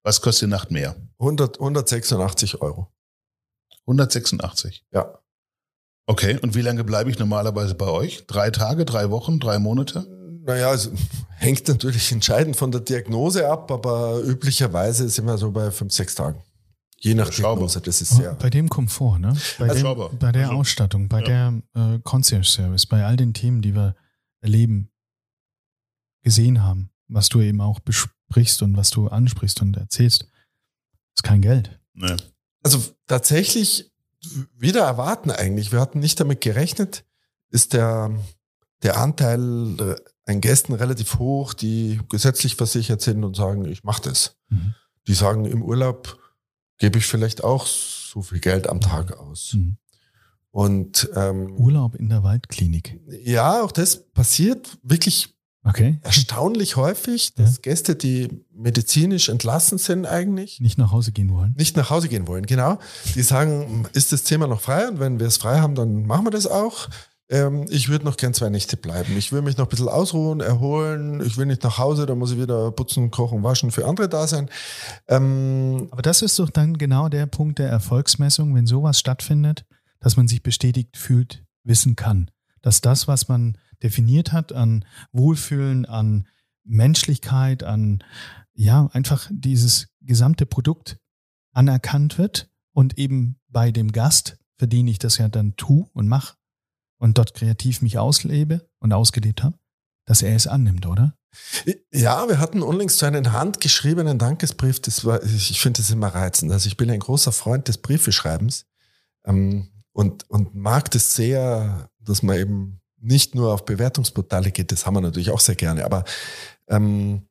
Was kostet die Nacht mehr? 186 Euro. 186? Ja. Okay, und wie lange bleibe ich normalerweise bei euch? 3 Tage, 3 Wochen, 3 Monate? Naja, es hängt natürlich entscheidend von der Diagnose ab, aber üblicherweise sind wir so bei 5, 6 Tagen. Je nach Diagnose, das ist sehr... Bei dem Komfort, ne? Bei der Ausstattung, bei der Concierge-Service, bei all den Themen, die wir erleben, gesehen haben, was du eben auch besprichst und was du ansprichst und erzählst, ist kein Geld. Nee. Also tatsächlich wieder erwarten eigentlich. Wir hatten nicht damit gerechnet, ist der Anteil an Gästen relativ hoch, die gesetzlich versichert sind und sagen, ich mache das. Mhm. Die sagen, im Urlaub gebe ich vielleicht auch so viel Geld am Tag aus. Mhm. Und Urlaub in der Waldklinik. ja, auch das passiert wirklich Okay. erstaunlich häufig, dass Gäste, die medizinisch entlassen sind eigentlich, Nicht nach Hause gehen wollen. nicht nach Hause gehen wollen, genau. Die sagen, ist das Zimmer noch frei? Und wenn wir es frei haben, dann machen wir das auch. Ich würde noch gern 2 Nächte bleiben. Ich will mich noch ein bisschen ausruhen, erholen. Ich will nicht nach Hause, da muss ich wieder putzen, kochen, waschen, für andere da sein. Aber das ist doch dann genau der Punkt der Erfolgsmessung, wenn sowas stattfindet, dass man sich bestätigt fühlt, wissen kann. Dass das, was man definiert hat an Wohlfühlen, an Menschlichkeit, an einfach dieses gesamte Produkt anerkannt wird und eben bei dem Gast, für den ich das ja dann tue und mache und dort kreativ mich auslebe und ausgelebt habe, dass er es annimmt, oder? Ja, wir hatten unlängst so einen handgeschriebenen Dankesbrief. Ich finde das immer reizend. Also ich bin ein großer Freund des Briefeschreibens und mag das sehr, dass man eben nicht nur auf Bewertungsportale geht, das haben wir natürlich auch sehr gerne, aber und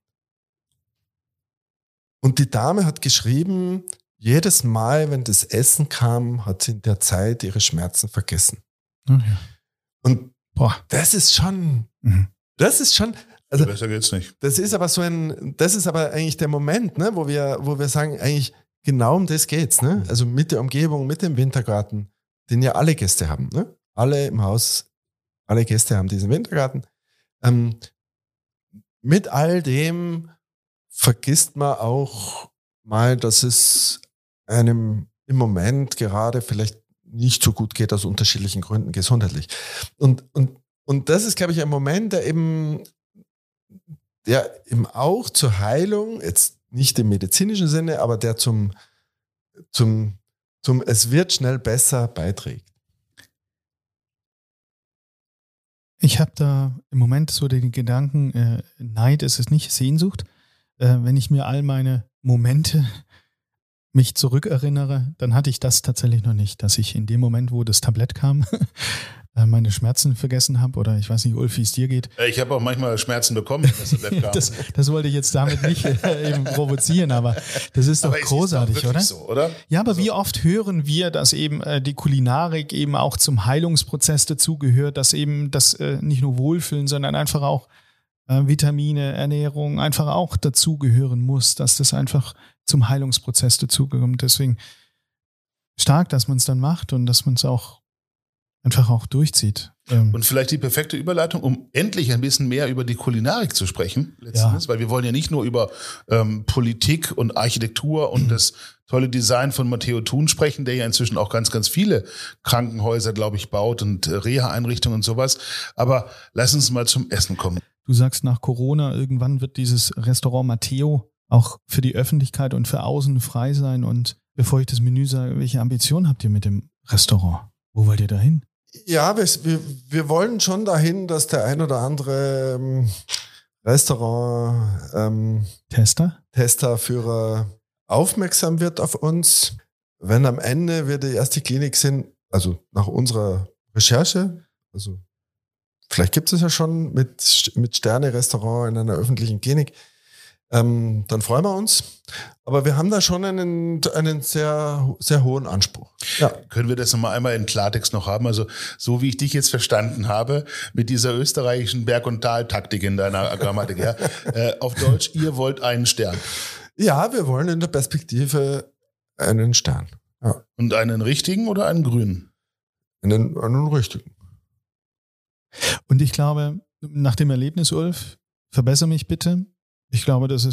die Dame hat geschrieben, jedes Mal, wenn das Essen kam, hat sie in der Zeit ihre Schmerzen vergessen. Okay. Und Boah. das ist schon, Also besser geht's nicht. das ist aber eigentlich der Moment, ne, wo wir sagen, eigentlich genau um das geht's, ne? Also mit der Umgebung, mit dem Wintergarten, den ja alle Gäste haben, ne? Alle im Haus, alle Gäste haben diesen Wintergarten. Mit all dem vergisst man auch mal, dass es einem im Moment gerade vielleicht nicht so gut geht aus unterschiedlichen Gründen gesundheitlich. Und das ist, glaube ich, ein Moment, der eben auch zur Heilung, jetzt nicht im medizinischen Sinne, aber der zum es wird schnell besser beiträgt. Ich habe da im Moment so den Gedanken, Neid ist es nicht, Sehnsucht. Wenn ich mir all meine Momente mich zurückerinnere, dann hatte ich das tatsächlich noch nicht, dass ich in dem Moment, wo das Tablett kam, meine Schmerzen vergessen habe oder ich weiß nicht, Ulf, wie es dir geht. Ich habe auch manchmal Schmerzen bekommen, wenn das Tablett kam. das wollte ich jetzt damit nicht eben provozieren, aber das ist doch aber großartig, ist doch oder? So, oder? Ja, aber wie oft hören wir, dass eben die Kulinarik eben auch zum Heilungsprozess dazugehört, dass eben das nicht nur Wohlfühlen, sondern einfach auch Vitamine, Ernährung einfach auch dazugehören muss, dass das einfach zum Heilungsprozess dazugehört. Deswegen stark, dass man es dann macht und dass man es auch einfach auch durchzieht. Und vielleicht die perfekte Überleitung, um endlich ein bisschen mehr über die Kulinarik zu sprechen, letztendlich, weil wir wollen ja nicht nur über Politik und Architektur und das tolle Design von Matteo Thun sprechen, der ja inzwischen auch ganz, ganz viele Krankenhäuser, glaube ich, baut und Reha-Einrichtungen und sowas. Aber lass uns mal zum Essen kommen. Du sagst, nach Corona irgendwann wird dieses Restaurant Matteo auch für die Öffentlichkeit und für außen frei sein. Und bevor ich das Menü sage, welche Ambitionen habt ihr mit dem Restaurant? Wo wollt ihr da hin? Ja, wir wollen schon dahin, dass der ein oder andere Testerführer aufmerksam wird auf uns. Wenn am Ende wir die erste Klinik sind, also nach unserer Recherche, also vielleicht gibt es ja schon mit Sterne-Restaurant in einer öffentlichen Klinik, dann freuen wir uns. Aber wir haben da schon einen sehr, sehr hohen Anspruch. Ja. Können wir das nochmal einmal in Klartext noch haben? Also so wie ich dich jetzt verstanden habe, mit dieser österreichischen Berg- und Tal-Taktik in deiner Grammatik, ja, auf Deutsch, ihr wollt einen Stern. Ja, wir wollen in der Perspektive einen Stern. Ja. Und einen richtigen oder einen grünen? Einen richtigen. Und ich glaube, nach dem Erlebnis, Ulf, verbessere mich bitte. Ich glaube, das ist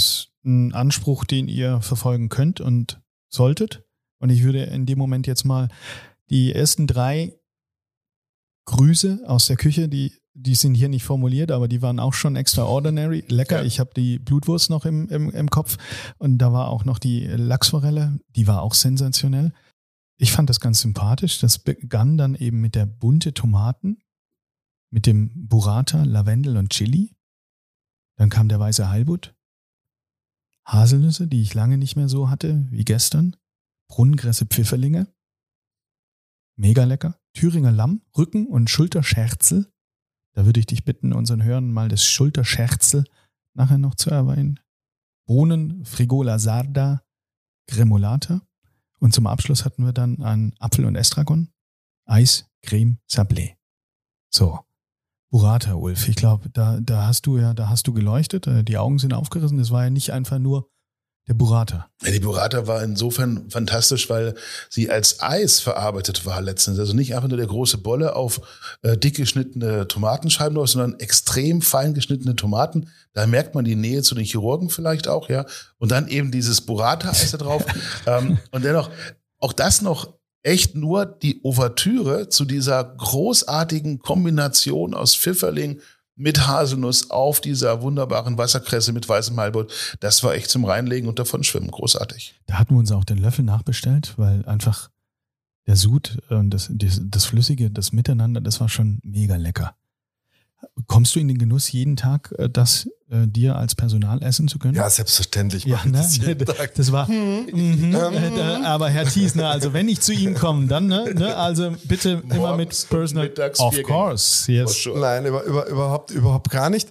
ein Anspruch, den ihr verfolgen könnt und solltet. Und ich würde in dem Moment jetzt mal die ersten 3 Grüße aus der Küche, die sind hier nicht formuliert, aber die waren auch schon extraordinary. Lecker, ja. Ich habe die Blutwurst noch im Kopf und da war auch noch die Lachsforelle, die war auch sensationell. Ich fand das ganz sympathisch. Das begann dann eben mit der bunte Tomaten, mit dem Burrata, Lavendel und Chili. Dann kam der weiße Heilbutt, Haselnüsse, die ich lange nicht mehr so hatte wie gestern, Brunnengresse Pfifferlinge, mega lecker, Thüringer Lamm, Rücken und Schulterscherzel. Da würde ich dich bitten, unseren Hörern mal das Schulterscherzel nachher noch zu erwähnen. Bohnen, Frigola Sarda, Gremolata. Und zum Abschluss hatten wir dann einen Apfel und Estragon, Eis, Creme, Sablé. So, Burrata, Ulf. Ich glaube, da hast du geleuchtet, die Augen sind aufgerissen. Das war ja nicht einfach nur der Burrata. Ja, die Burrata war insofern fantastisch, weil sie als Eis verarbeitet war letztens. Also nicht einfach nur der große Bolle auf dick geschnittene Tomatenscheiben drauf, sondern extrem fein geschnittene Tomaten. Da merkt man die Nähe zu den Chirurgen vielleicht auch, ja. Und dann eben dieses Burrata-Eis da drauf. Und dennoch, auch das noch echt nur die Ouvertüre zu dieser großartigen Kombination aus Pfifferling mit Haselnuss auf dieser wunderbaren Wasserkresse mit weißem Heilbutt. Das war echt zum Reinlegen und davon schwimmen. Großartig. Da hatten wir uns auch den Löffel nachbestellt, weil einfach der Sud und das Flüssige, das Miteinander, das war schon mega lecker. Kommst du in den Genuss, jeden Tag das dir als Personal essen zu können? Ja, selbstverständlich. Ja, ne? Das war. Aber Herr Thiesner, also wenn ich zu Ihnen komme, dann, ne? Also bitte immer mit Personal. Of course, yes. Nein, überhaupt gar nicht.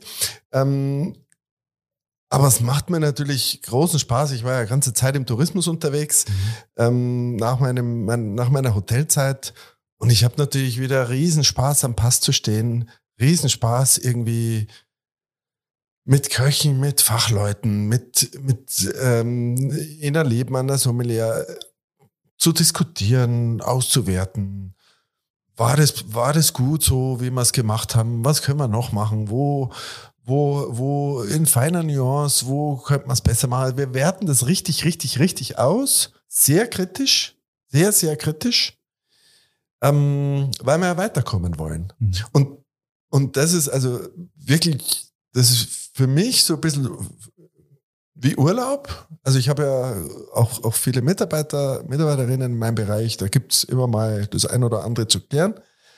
Aber es macht mir natürlich großen Spaß. Ich war ja ganze Zeit im Tourismus unterwegs, nach meiner Hotelzeit. Und ich habe natürlich wieder riesen Spaß am Pass zu stehen. Riesenspaß irgendwie mit Köchen, mit Fachleuten, mit Ina Leben, der Sommelier zu diskutieren, auszuwerten. War das gut so, wie wir es gemacht haben? Was können wir noch machen? Wo in feiner Nuance, wo könnte man es besser machen? Wir werten das richtig aus. Sehr kritisch, sehr, sehr kritisch, weil wir ja weiterkommen wollen. Mhm. Und das ist also wirklich, das ist für mich so ein bisschen wie Urlaub. Also ich habe ja auch viele Mitarbeiterinnen in meinem Bereich, da gibt es immer mal das ein oder andere zu klären.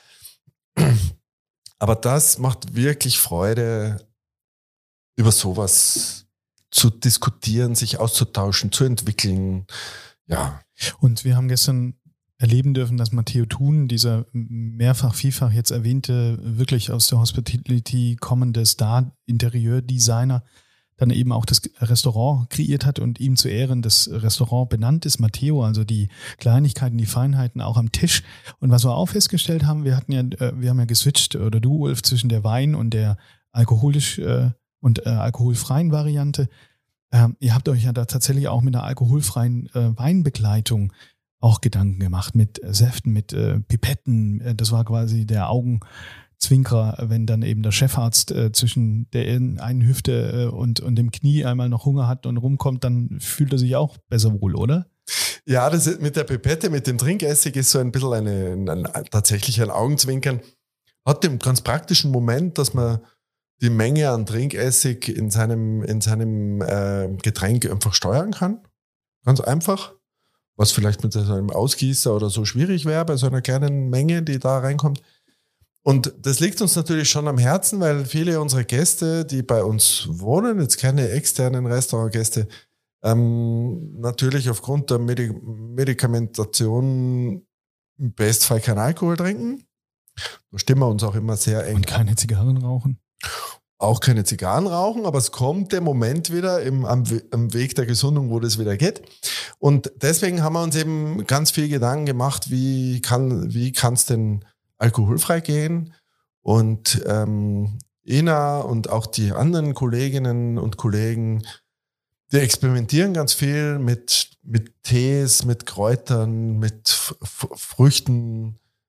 Aber das macht wirklich Freude, über sowas zu diskutieren, sich auszutauschen, zu entwickeln. Ja. Und wir haben gestern erleben dürfen, dass Matteo Thun, dieser vielfach jetzt erwähnte, wirklich aus der Hospitality kommende Star-Interieurdesigner, dann eben auch das Restaurant kreiert hat und ihm zu Ehren das Restaurant benannt ist, Matteo, also die Kleinigkeiten, die Feinheiten auch am Tisch. Und was wir auch festgestellt haben, wir haben ja geswitcht, oder du, Ulf, zwischen der Wein- und der alkoholfreien Variante. Ihr habt euch ja da tatsächlich auch mit einer alkoholfreien Weinbegleitung auch Gedanken gemacht, mit Säften, mit Pipetten. Das war quasi der Augenzwinker, wenn dann eben der Chefarzt zwischen der einen Hüfte und dem Knie einmal noch Hunger hat und rumkommt, dann fühlt er sich auch besser wohl, oder? Ja, das ist mit der Pipette, mit dem Trinkessig ist so ein bisschen tatsächlich ein Augenzwinkern. Hat den ganz praktischen Moment, dass man die Menge an Trinkessig in seinem Getränk einfach steuern kann. Ganz einfach. Was vielleicht mit so einem Ausgießer oder so schwierig wäre, bei so einer kleinen Menge, die da reinkommt. Und das liegt uns natürlich schon am Herzen, weil viele unserer Gäste, die bei uns wohnen, jetzt keine externen Restaurantgäste, natürlich aufgrund der Medikamentation im Bestfall keinen Alkohol trinken. Da stimmen wir uns auch immer sehr eng. Und keine Zigarren rauchen? Auch keine Zigarren rauchen, aber es kommt der Moment wieder am Weg der Gesundung, wo das wieder geht. Und deswegen haben wir uns eben ganz viel Gedanken gemacht, wie kann es denn alkoholfrei gehen? Und Ina und auch die anderen Kolleginnen und Kollegen, die experimentieren ganz viel mit Tees, mit Kräutern, mit Früchten.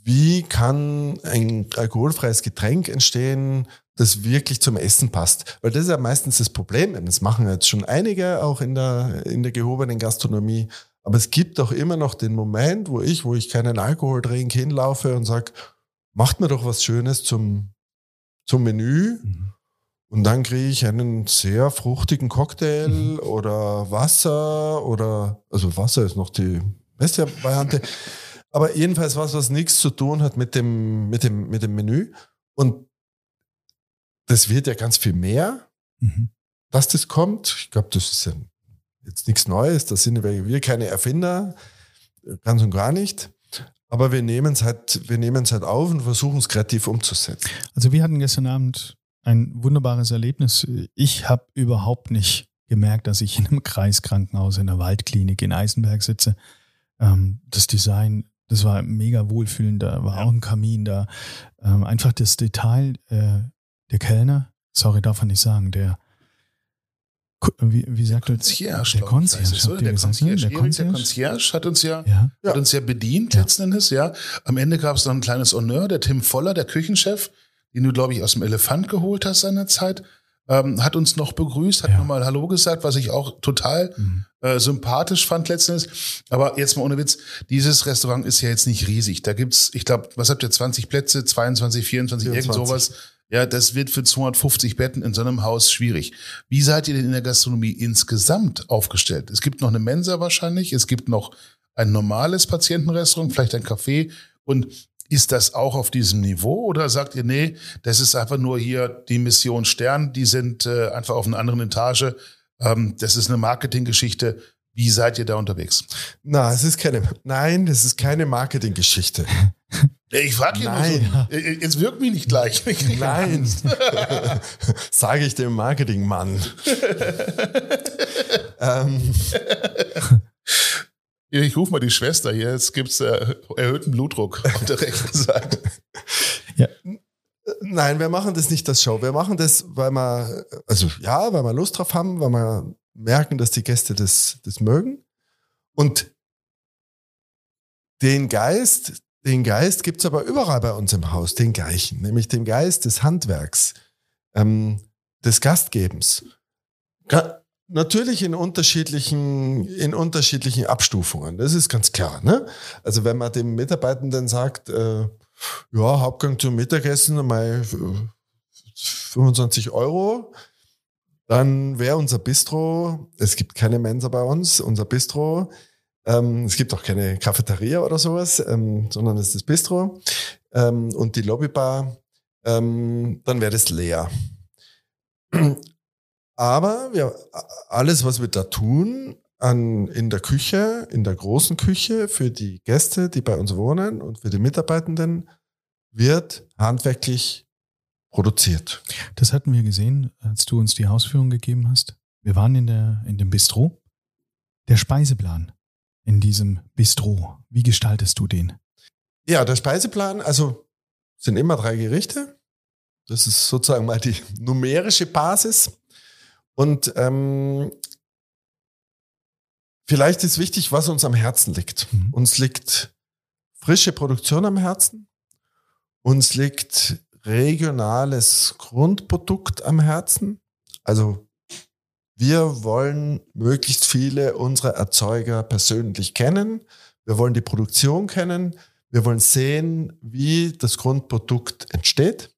wie kann ein alkoholfreies Getränk entstehen, das wirklich zum Essen passt. Weil das ist ja meistens das Problem. Das machen jetzt schon einige auch in der gehobenen Gastronomie. Aber es gibt auch immer noch den Moment, wo ich keinen Alkohol trinke, hinlaufe und sage, macht mir doch was Schönes zum Menü. Und dann kriege ich einen sehr fruchtigen Cocktail oder Wasser also Wasser ist noch die beste Variante. Aber jedenfalls was nichts zu tun hat mit dem Menü. Und das wird ja ganz viel mehr, dass das kommt. Ich glaube, das ist ja jetzt nichts Neues. Da sind wir keine Erfinder, ganz und gar nicht. Aber wir nehmen es halt auf und versuchen es kreativ umzusetzen. Also wir hatten gestern Abend ein wunderbares Erlebnis. Ich habe überhaupt nicht gemerkt, dass ich in einem Kreiskrankenhaus in der Waldklinik in Eisenberg sitze. Das Design, das war mega wohlfühlend, da war auch ein Kamin da. Einfach das Detail, der Kellner, sorry, darf man nicht sagen, wie sagt er? Der Concierge hat uns ja bedient letzten Endes, ja. Am Ende gab es noch ein kleines Honneur, der Tim Voller, der Küchenchef, den du, glaube ich, aus dem Elefant geholt hast seinerzeit, hat uns noch begrüßt, hat nochmal Hallo gesagt, was ich auch total sympathisch fand letztendlich. Aber jetzt mal ohne Witz, dieses Restaurant ist ja jetzt nicht riesig. Da gibt's, ich glaube, was habt ihr, 20 Plätze, 22, 24, irgend sowas. Ja, das wird für 250 Betten in so einem Haus schwierig. Wie seid ihr denn in der Gastronomie insgesamt aufgestellt? Es gibt noch eine Mensa wahrscheinlich, es gibt noch ein normales Patientenrestaurant, vielleicht ein Café. Und ist das auch auf diesem Niveau oder sagt ihr, nee, das ist einfach nur hier die Mission Stern, die sind einfach auf einer anderen Etage. Das ist eine Marketinggeschichte. Wie seid ihr da unterwegs? Das ist keine Marketinggeschichte. Ich frage hier nur so, jetzt wirkt mich nicht gleich. Nein, sage ich dem Marketingmann. Ich rufe mal die Schwester hier, jetzt gibt es erhöhten Blutdruck auf der rechten Seite. Ja. Nein, wir machen das nicht als Show. Wir machen das, weil wir Lust drauf haben, weil wir merken, dass die Gäste das mögen. Und den Geist gibt's aber überall bei uns im Haus, den gleichen, nämlich den Geist des Handwerks, des Gastgebens. Natürlich in unterschiedlichen Abstufungen, das ist ganz klar. Ne? Also wenn man dem Mitarbeitenden sagt, Hauptgang zum Mittagessen einmal 25 €, dann wäre unser Bistro, es gibt keine Mensa bei uns, unser Bistro, es gibt auch keine Cafeteria oder sowas, sondern es ist das Bistro und die Lobbybar, dann wäre das leer. Aber alles, was wir da tun, in der Küche, in der großen Küche für die Gäste, die bei uns wohnen und für die Mitarbeitenden, wird handwerklich produziert. Das hatten wir gesehen, als du uns die Hausführung gegeben hast. Wir waren in dem Bistro. Der Speiseplan in diesem Bistro, wie gestaltest du den? Ja, der Speiseplan, also sind immer 3 Gerichte. Das ist sozusagen mal die numerische Basis. Und vielleicht ist wichtig, was uns am Herzen liegt. Uns liegt frische Produktion am Herzen. Uns liegt regionales Grundprodukt am Herzen. Also wir wollen möglichst viele unserer Erzeuger persönlich kennen. Wir wollen die Produktion kennen. Wir wollen sehen, wie das Grundprodukt entsteht.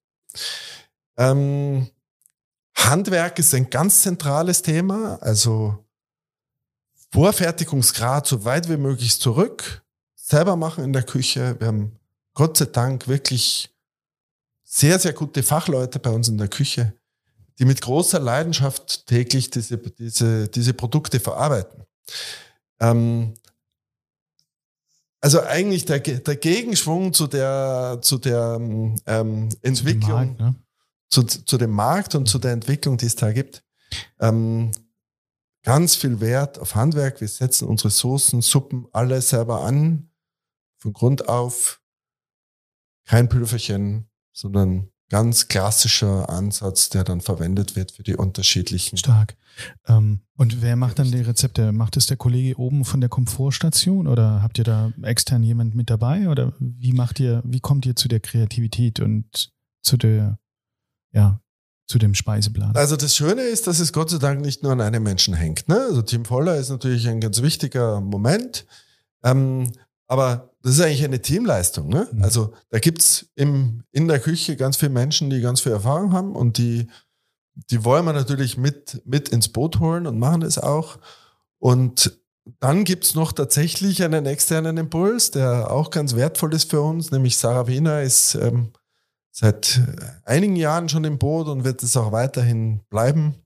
Handwerk ist ein ganz zentrales Thema. Also Vorfertigungsgrad so weit wie möglich zurück. Selber machen in der Küche. Wir haben Gott sei Dank wirklich sehr, sehr gute Fachleute bei uns in der Küche, die mit großer Leidenschaft täglich diese Produkte verarbeiten. Also eigentlich der Gegenschwung zu der Entwicklung, zu dem Markt und zu der Entwicklung, die es da gibt. Ganz viel Wert auf Handwerk. Wir setzen unsere Soßen, Suppen alle selber an, von Grund auf. Kein Pülferchen, sondern ganz klassischer Ansatz, der dann verwendet wird für die unterschiedlichen. Stark. Und wer macht dann die Rezepte? Macht es der Kollege oben von der Komfortstation oder habt ihr da extern jemand mit dabei? Oder wie kommt ihr zu der Kreativität und zu dem Speiseplan? Also das Schöne ist, dass es Gott sei Dank nicht nur an einem Menschen hängt. Ne? Also Team Voller ist natürlich ein ganz wichtiger Moment. Aber das ist eigentlich eine Teamleistung. Ne? Mhm. Also da gibt's in der Küche ganz viele Menschen, die ganz viel Erfahrung haben und die wollen wir natürlich mit ins Boot holen und machen es auch. Und dann gibt's noch tatsächlich einen externen Impuls, der auch ganz wertvoll ist für uns, nämlich Sarah Wiener ist seit einigen Jahren schon im Boot und wird es auch weiterhin bleiben.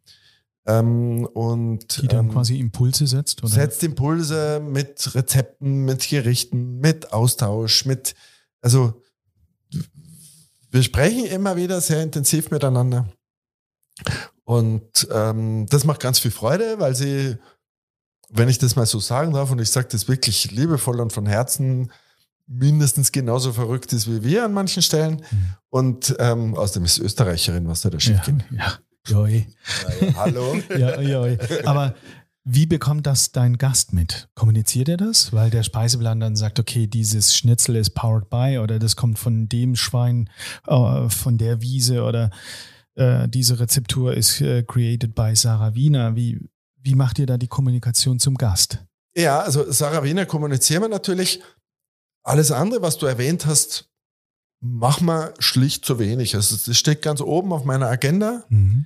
Die dann quasi Impulse setzt? Oder? Setzt Impulse mit Rezepten, mit Gerichten, mit Austausch, also wir sprechen immer wieder sehr intensiv miteinander. Und das macht ganz viel Freude, weil sie, wenn ich das mal so sagen darf, und ich sage das wirklich liebevoll und von Herzen, mindestens genauso verrückt ist wie wir an manchen Stellen. Und außerdem ist Österreicherin, was da schief geht. Ja. Joi. Hallo. Ja, joi. Aber wie bekommt das dein Gast mit? Kommuniziert er das? Weil der Speiseplan dann sagt, okay, dieses Schnitzel ist powered by oder das kommt von dem Schwein, von der Wiese oder diese Rezeptur ist created by Sarah Wiener. Wie macht ihr da die Kommunikation zum Gast? Ja, also Sarah Wiener kommunizieren wir natürlich. Alles andere, was du erwähnt hast, machen wir schlicht zu wenig. Also das steht ganz oben auf meiner Agenda. Mhm.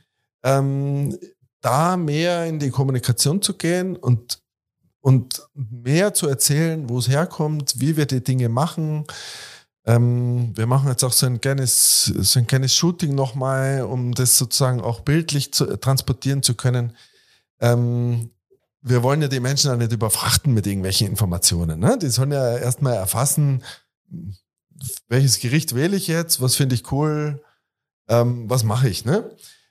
Da mehr in die Kommunikation zu gehen und mehr zu erzählen, wo es herkommt, wie wir die Dinge machen. Wir machen jetzt auch so ein kleines Shooting nochmal, um das sozusagen auch bildlich transportieren zu können. Wir wollen ja die Menschen auch nicht überfrachten mit irgendwelchen Informationen. Ne? Die sollen ja erstmal erfassen, welches Gericht wähle ich jetzt, was finde ich cool, was mache ich. Ne?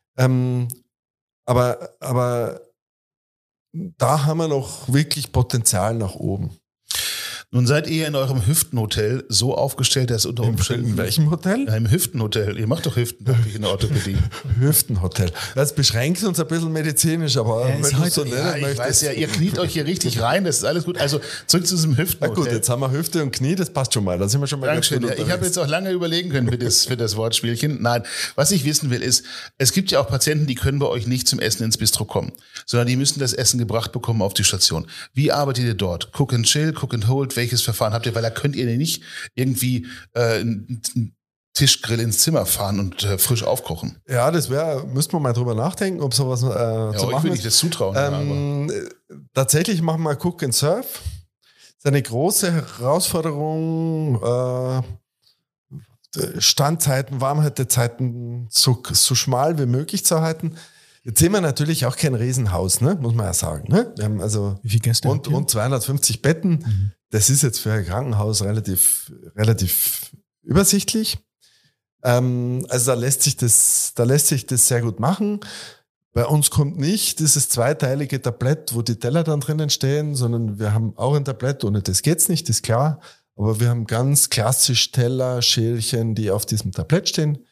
Aber da haben wir noch wirklich Potenzial nach oben. Nun seid ihr in eurem Hüftenhotel so aufgestellt, dass unter Umständen... In welchem Hotel? Ja, im Hüftenhotel. Ihr macht doch Hüften in der Orthopädie. Hüftenhotel. Das beschränkt uns ein bisschen medizinisch, aber wenn du es so nennen möchtest. Weiß ja, ihr kniet euch hier richtig rein, das ist alles gut. Also zurück zu diesem Hüftenhotel. Na gut, jetzt haben wir Hüfte und Knie, das passt schon mal. Da sind wir schon mal Dankeschön. ganz gut Ich habe jetzt auch lange überlegen können für das Wortspielchen. Nein, was ich wissen will ist, es gibt ja auch Patienten, die können bei euch nicht zum Essen ins Bistro kommen, sondern die müssen das Essen gebracht bekommen auf die Station. Wie arbeitet ihr dort? Cook and Chill, Cook and Hold, welches Verfahren habt ihr? Weil da könnt ihr nicht irgendwie einen Tischgrill ins Zimmer fahren und frisch aufkochen. Ja, müssten wir mal drüber nachdenken, ob sowas zu machen ich will nicht das zutrauen. Tatsächlich machen wir Cook and Serve. Das ist eine große Herausforderung, Standzeiten, Warmhaltezeiten so schmal wie möglich zu halten. Jetzt sehen wir natürlich auch kein Riesenhaus, ne? Muss man ja sagen. Ne? Wir haben also wie viele Gäste und 250 Betten. Mhm. Das ist jetzt für ein Krankenhaus relativ übersichtlich. Also da lässt sich das sehr gut machen. Bei uns kommt nicht dieses zweiteilige Tablett, wo die Teller dann drinnen stehen, sondern wir haben auch ein Tablett, ohne das geht's nicht, ist klar. Aber wir haben ganz klassisch Teller, Schälchen, die auf diesem Tablett stehen.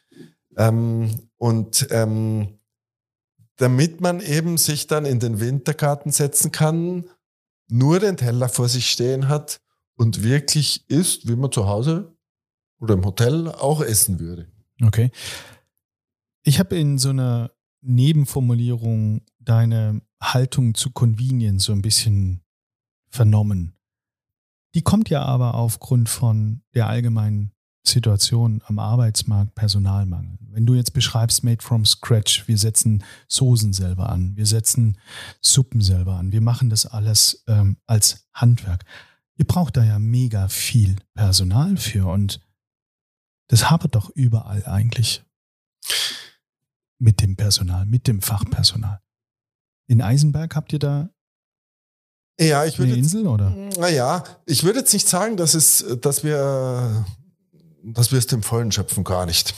Damit man eben sich dann in den Wintergarten setzen kann, nur den Teller vor sich stehen hat und wirklich isst, wie man zu Hause oder im Hotel auch essen würde. Okay. Ich habe in so einer Nebenformulierung deine Haltung zu Convenience so ein bisschen vernommen. Die kommt ja aber aufgrund von der allgemeinen Situation am Arbeitsmarkt, Personalmangel. Wenn du jetzt beschreibst, made from scratch, wir setzen Soßen selber an, wir setzen Suppen selber an, wir machen das alles als Handwerk. Ihr braucht da ja mega viel Personal für und das habt ihr doch überall eigentlich mit dem Personal, mit dem Fachpersonal. In Eisenberg habt ihr da eine Insel, oder? Naja, ich würde jetzt nicht sagen, dass wir es dem Vollen schöpfen, gar nicht.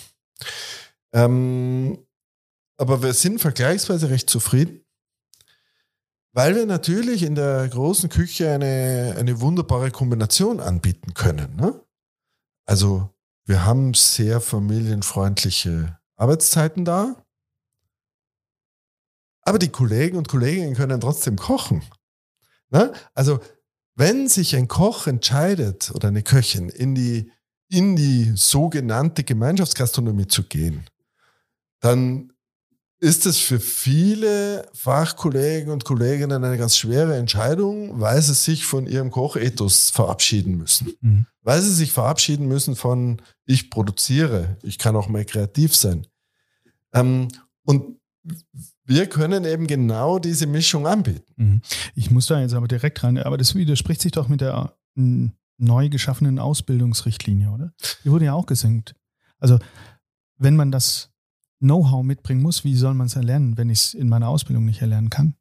Aber wir sind vergleichsweise recht zufrieden, weil wir natürlich in der großen Küche eine wunderbare Kombination anbieten können. Ne? Also Wir haben sehr familienfreundliche Arbeitszeiten da. Aber die Kollegen und Kolleginnen können trotzdem kochen. Ne? Also wenn sich ein Koch entscheidet oder eine Köchin in die sogenannte Gemeinschaftsgastronomie zu gehen, dann ist es für viele Fachkollegen und Kolleginnen eine ganz schwere Entscheidung, weil sie sich von ihrem Kochethos verabschieden müssen. Mhm. Weil sie sich verabschieden müssen von ich produziere, ich kann auch mal kreativ sein. Und wir können eben genau diese Mischung anbieten. Ich muss da jetzt aber direkt rein, aber das widerspricht sich doch mit der neu geschaffenen Ausbildungsrichtlinie, oder? Die wurde ja auch gesenkt. Also wenn man das Know-how mitbringen muss, wie soll man es erlernen, wenn ich es in meiner Ausbildung nicht erlernen kann?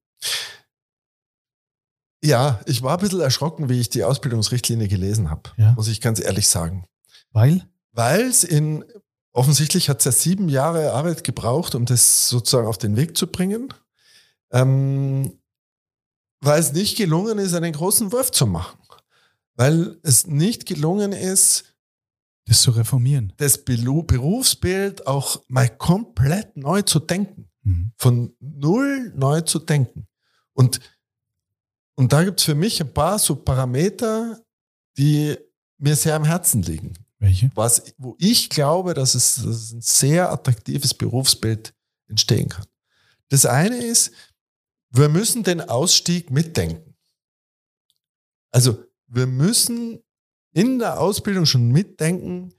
Ja, ich war ein bisschen erschrocken, wie ich die Ausbildungsrichtlinie gelesen habe, muss ich ganz ehrlich sagen. Weil? Weil es offensichtlich hat es ja 7 Jahre Arbeit gebraucht, um das sozusagen auf den Weg zu bringen, weil es nicht gelungen ist, einen großen Wurf zu machen. Weil es nicht gelungen ist, das zu reformieren. Das Berufsbild auch mal komplett neu zu denken. Von null neu zu denken. Und da gibt es für mich ein paar so Parameter, die mir sehr am Herzen liegen. Welche? Wo ich glaube, dass ein sehr attraktives Berufsbild entstehen kann. Das eine ist, wir müssen den Ausstieg mitdenken. Also wir müssen in der Ausbildung schon mitdenken,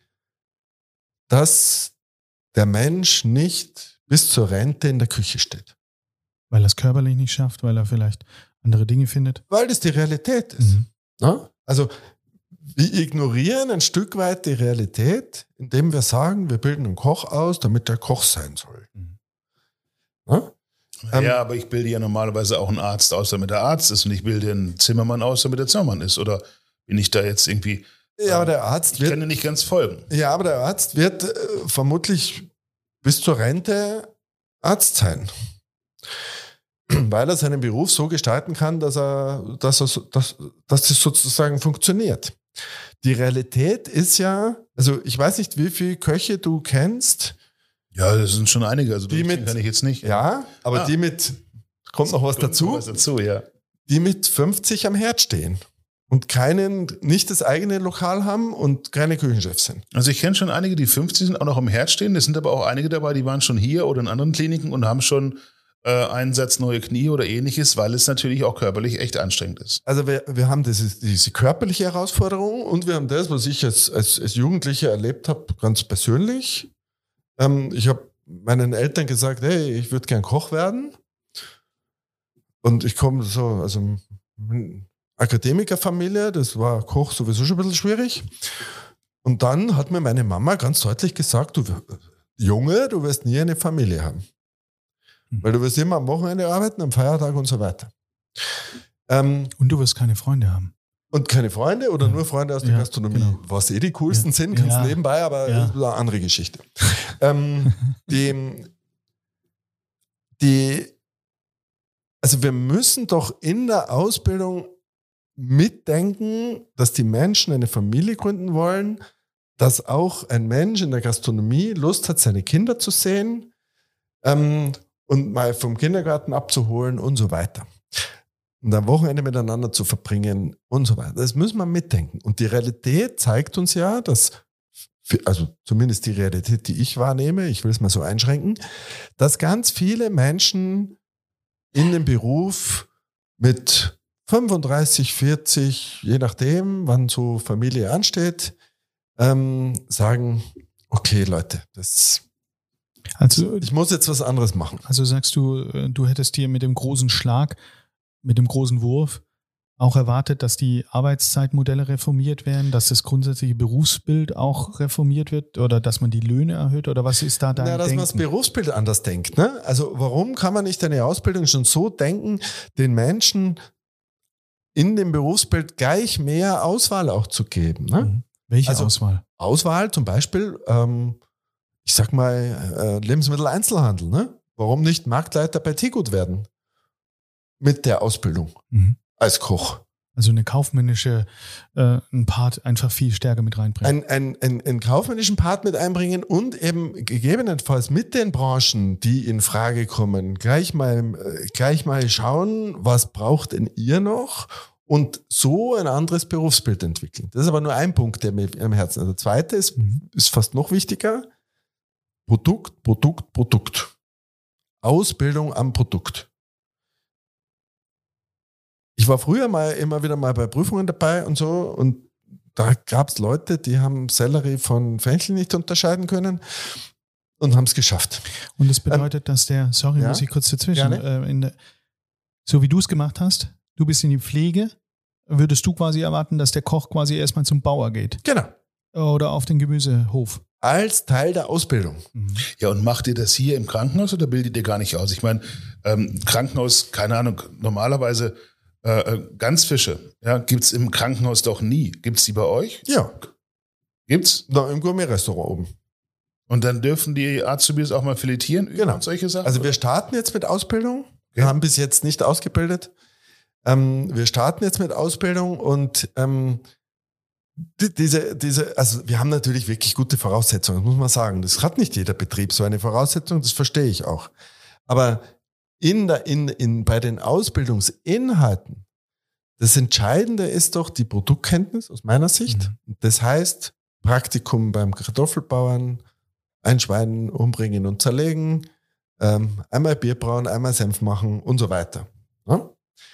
dass der Mensch nicht bis zur Rente in der Küche steht. Weil er es körperlich nicht schafft, weil er vielleicht andere Dinge findet? Weil das die Realität ist. Ja? Also wir ignorieren ein Stück weit die Realität, indem wir sagen, wir bilden einen Koch aus, damit der Koch sein soll. Ja? Ja, aber ich bilde ja normalerweise auch einen Arzt aus, damit er Arzt ist, und ich bilde einen Zimmermann aus, damit er Zimmermann ist. Oder bin ich da jetzt irgendwie... Ja, aber der Arzt wird... Ich kann dir nicht ganz folgen. Ja, aber der Arzt wird vermutlich bis zur Rente Arzt sein. Weil er seinen Beruf so gestalten kann, dass das sozusagen funktioniert. Die Realität ist ja, also ich weiß nicht, wie viele Köche du kennst. Ja, das sind schon einige, also die kann ich jetzt nicht. Ja, aber die kommt noch was dazu, ja. Die mit 50 am Herd stehen und nicht das eigene Lokal haben und keine Küchenchefs sind. Also ich kenne schon einige, die 50 sind, auch noch am Herd stehen. Es sind aber auch einige dabei, die waren schon hier oder in anderen Kliniken und haben schon einen Satz neue Knie oder ähnliches, weil es natürlich auch körperlich echt anstrengend ist. Also wir haben diese körperliche Herausforderung und wir haben das, was ich als Jugendlicher erlebt habe, ganz persönlich. Ich habe meinen Eltern gesagt, hey, ich würde gern Koch werden. Und ich komme aus einer Akademikerfamilie, das war Koch sowieso schon ein bisschen schwierig. Und dann hat mir meine Mama ganz deutlich gesagt, Junge, du wirst nie eine Familie haben. Weil du wirst immer am Wochenende arbeiten, am Feiertag und so weiter. Und du wirst keine Freunde haben. Und keine Freunde oder nur Freunde aus der Gastronomie. Genau. Was die coolsten sind, kannst du nebenbei, aber das ist eine andere Geschichte. Also wir müssen doch in der Ausbildung mitdenken, dass die Menschen eine Familie gründen wollen, dass auch ein Mensch in der Gastronomie Lust hat, seine Kinder zu sehen, und mal vom Kindergarten abzuholen und so weiter. Und am Wochenende miteinander zu verbringen und so weiter. Das müssen wir mitdenken. Und die Realität zeigt uns ja, also zumindest die Realität, die ich wahrnehme, ich will es mal so einschränken, dass ganz viele Menschen in dem Beruf mit 35, 40, je nachdem, wann so Familie ansteht, sagen, okay Leute, ich muss jetzt was anderes machen. Also sagst du, du hättest dir mit dem großen Schlag, mit dem großen Wurf auch erwartet, dass die Arbeitszeitmodelle reformiert werden, dass das grundsätzliche Berufsbild auch reformiert wird oder dass man die Löhne erhöht oder was ist da dein Denken? Dass man das Berufsbild anders denkt. Ne? Also warum kann man nicht eine Ausbildung schon so denken, den Menschen in dem Berufsbild gleich mehr Auswahl auch zu geben? Ne? Welche Auswahl? Auswahl zum Beispiel, ich sag mal, Lebensmitteleinzelhandel. Ne? Warum nicht Marktleiter bei Teegut werden? Mit der Ausbildung als Koch. Also eine kaufmännische, ein Part einfach viel stärker mit reinbringen. Einen kaufmännischen Part mit einbringen und eben gegebenenfalls mit den Branchen, die in Frage kommen, gleich mal schauen, was braucht denn ihr noch und so ein anderes Berufsbild entwickeln. Das ist aber nur ein Punkt, der mir am Herzen ist. Der zweite ist fast noch wichtiger. Produkt. Ausbildung am Produkt. Ich war früher immer wieder mal bei Prüfungen dabei und so und da gab es Leute, die haben Sellerie von Fenchel nicht unterscheiden können und haben es geschafft. Und das bedeutet, dass muss ich kurz dazwischen, so wie du es gemacht hast, du bist in die Pflege, würdest du quasi erwarten, dass der Koch quasi erstmal zum Bauer geht? Genau. Oder auf den Gemüsehof? Als Teil der Ausbildung. Ja, und macht ihr das hier im Krankenhaus oder bildet ihr gar nicht aus? Ich meine, Krankenhaus, keine Ahnung, normalerweise Ganzfische, ja, gibt's im Krankenhaus doch nie. Gibt's die bei euch? Ja. Gibt's? Da im Gourmet-Restaurant oben. Und dann dürfen die Azubis auch mal filetieren genau. Und solche Sachen? Also wir starten jetzt mit Ausbildung. Wir haben bis jetzt nicht ausgebildet. Wir starten jetzt mit Ausbildung und also wir haben natürlich wirklich gute Voraussetzungen, das muss man sagen. Das hat nicht jeder Betrieb so eine Voraussetzung, das verstehe ich auch. Aber bei den Ausbildungsinhalten, das Entscheidende ist doch die Produktkenntnis aus meiner Sicht. Das heißt, Praktikum beim Kartoffelbauern, ein Schwein umbringen und zerlegen, einmal Bier brauen, einmal Senf machen und so weiter. Ja?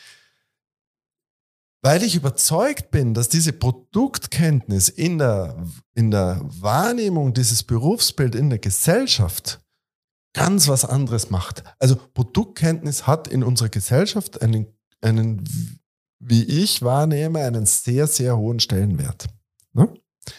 Weil ich überzeugt bin, dass diese Produktkenntnis in der Wahrnehmung dieses Berufsbild in der Gesellschaft ganz was anderes macht. Also Produktkenntnis hat in unserer Gesellschaft einen, wie ich wahrnehme, einen sehr, sehr hohen Stellenwert. Ne?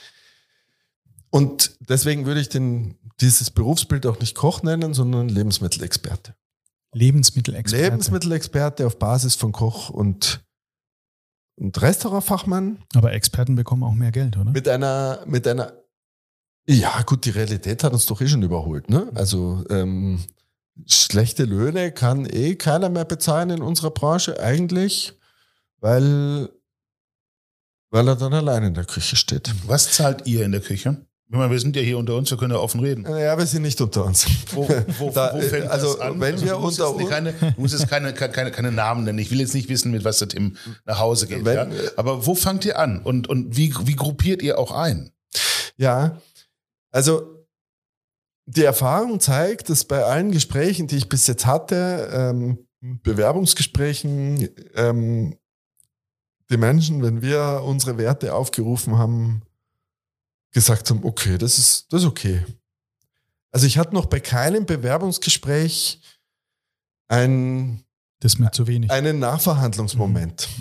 Und deswegen würde ich dieses Berufsbild auch nicht Koch nennen, sondern Lebensmittelexperte. Lebensmittelexperte auf Basis von Koch und Restaurantfachmann. Aber Experten bekommen auch mehr Geld, oder? Mit einer ja gut, die Realität hat uns doch schon überholt. Ne? Also schlechte Löhne kann keiner mehr bezahlen in unserer Branche eigentlich, weil er dann allein in der Küche steht. Was zahlt ihr in der Küche? Wir sind ja hier unter uns, wir können ja offen reden. Ja, wir sind nicht unter uns. Wo fängt das an? Wenn wir unter uns... Du musst jetzt keine Namen nennen. Ich will jetzt nicht wissen, mit was der Tim nach Hause geht. Aber wo fangt ihr an? Und wie gruppiert ihr auch ein? Ja, also die Erfahrung zeigt, dass bei allen Gesprächen, die ich bis jetzt hatte, Bewerbungsgesprächen, die Menschen, wenn wir unsere Werte aufgerufen haben, gesagt haben, okay, das ist okay. Also ich hatte noch bei keinem Bewerbungsgespräch einen Nachverhandlungsmoment.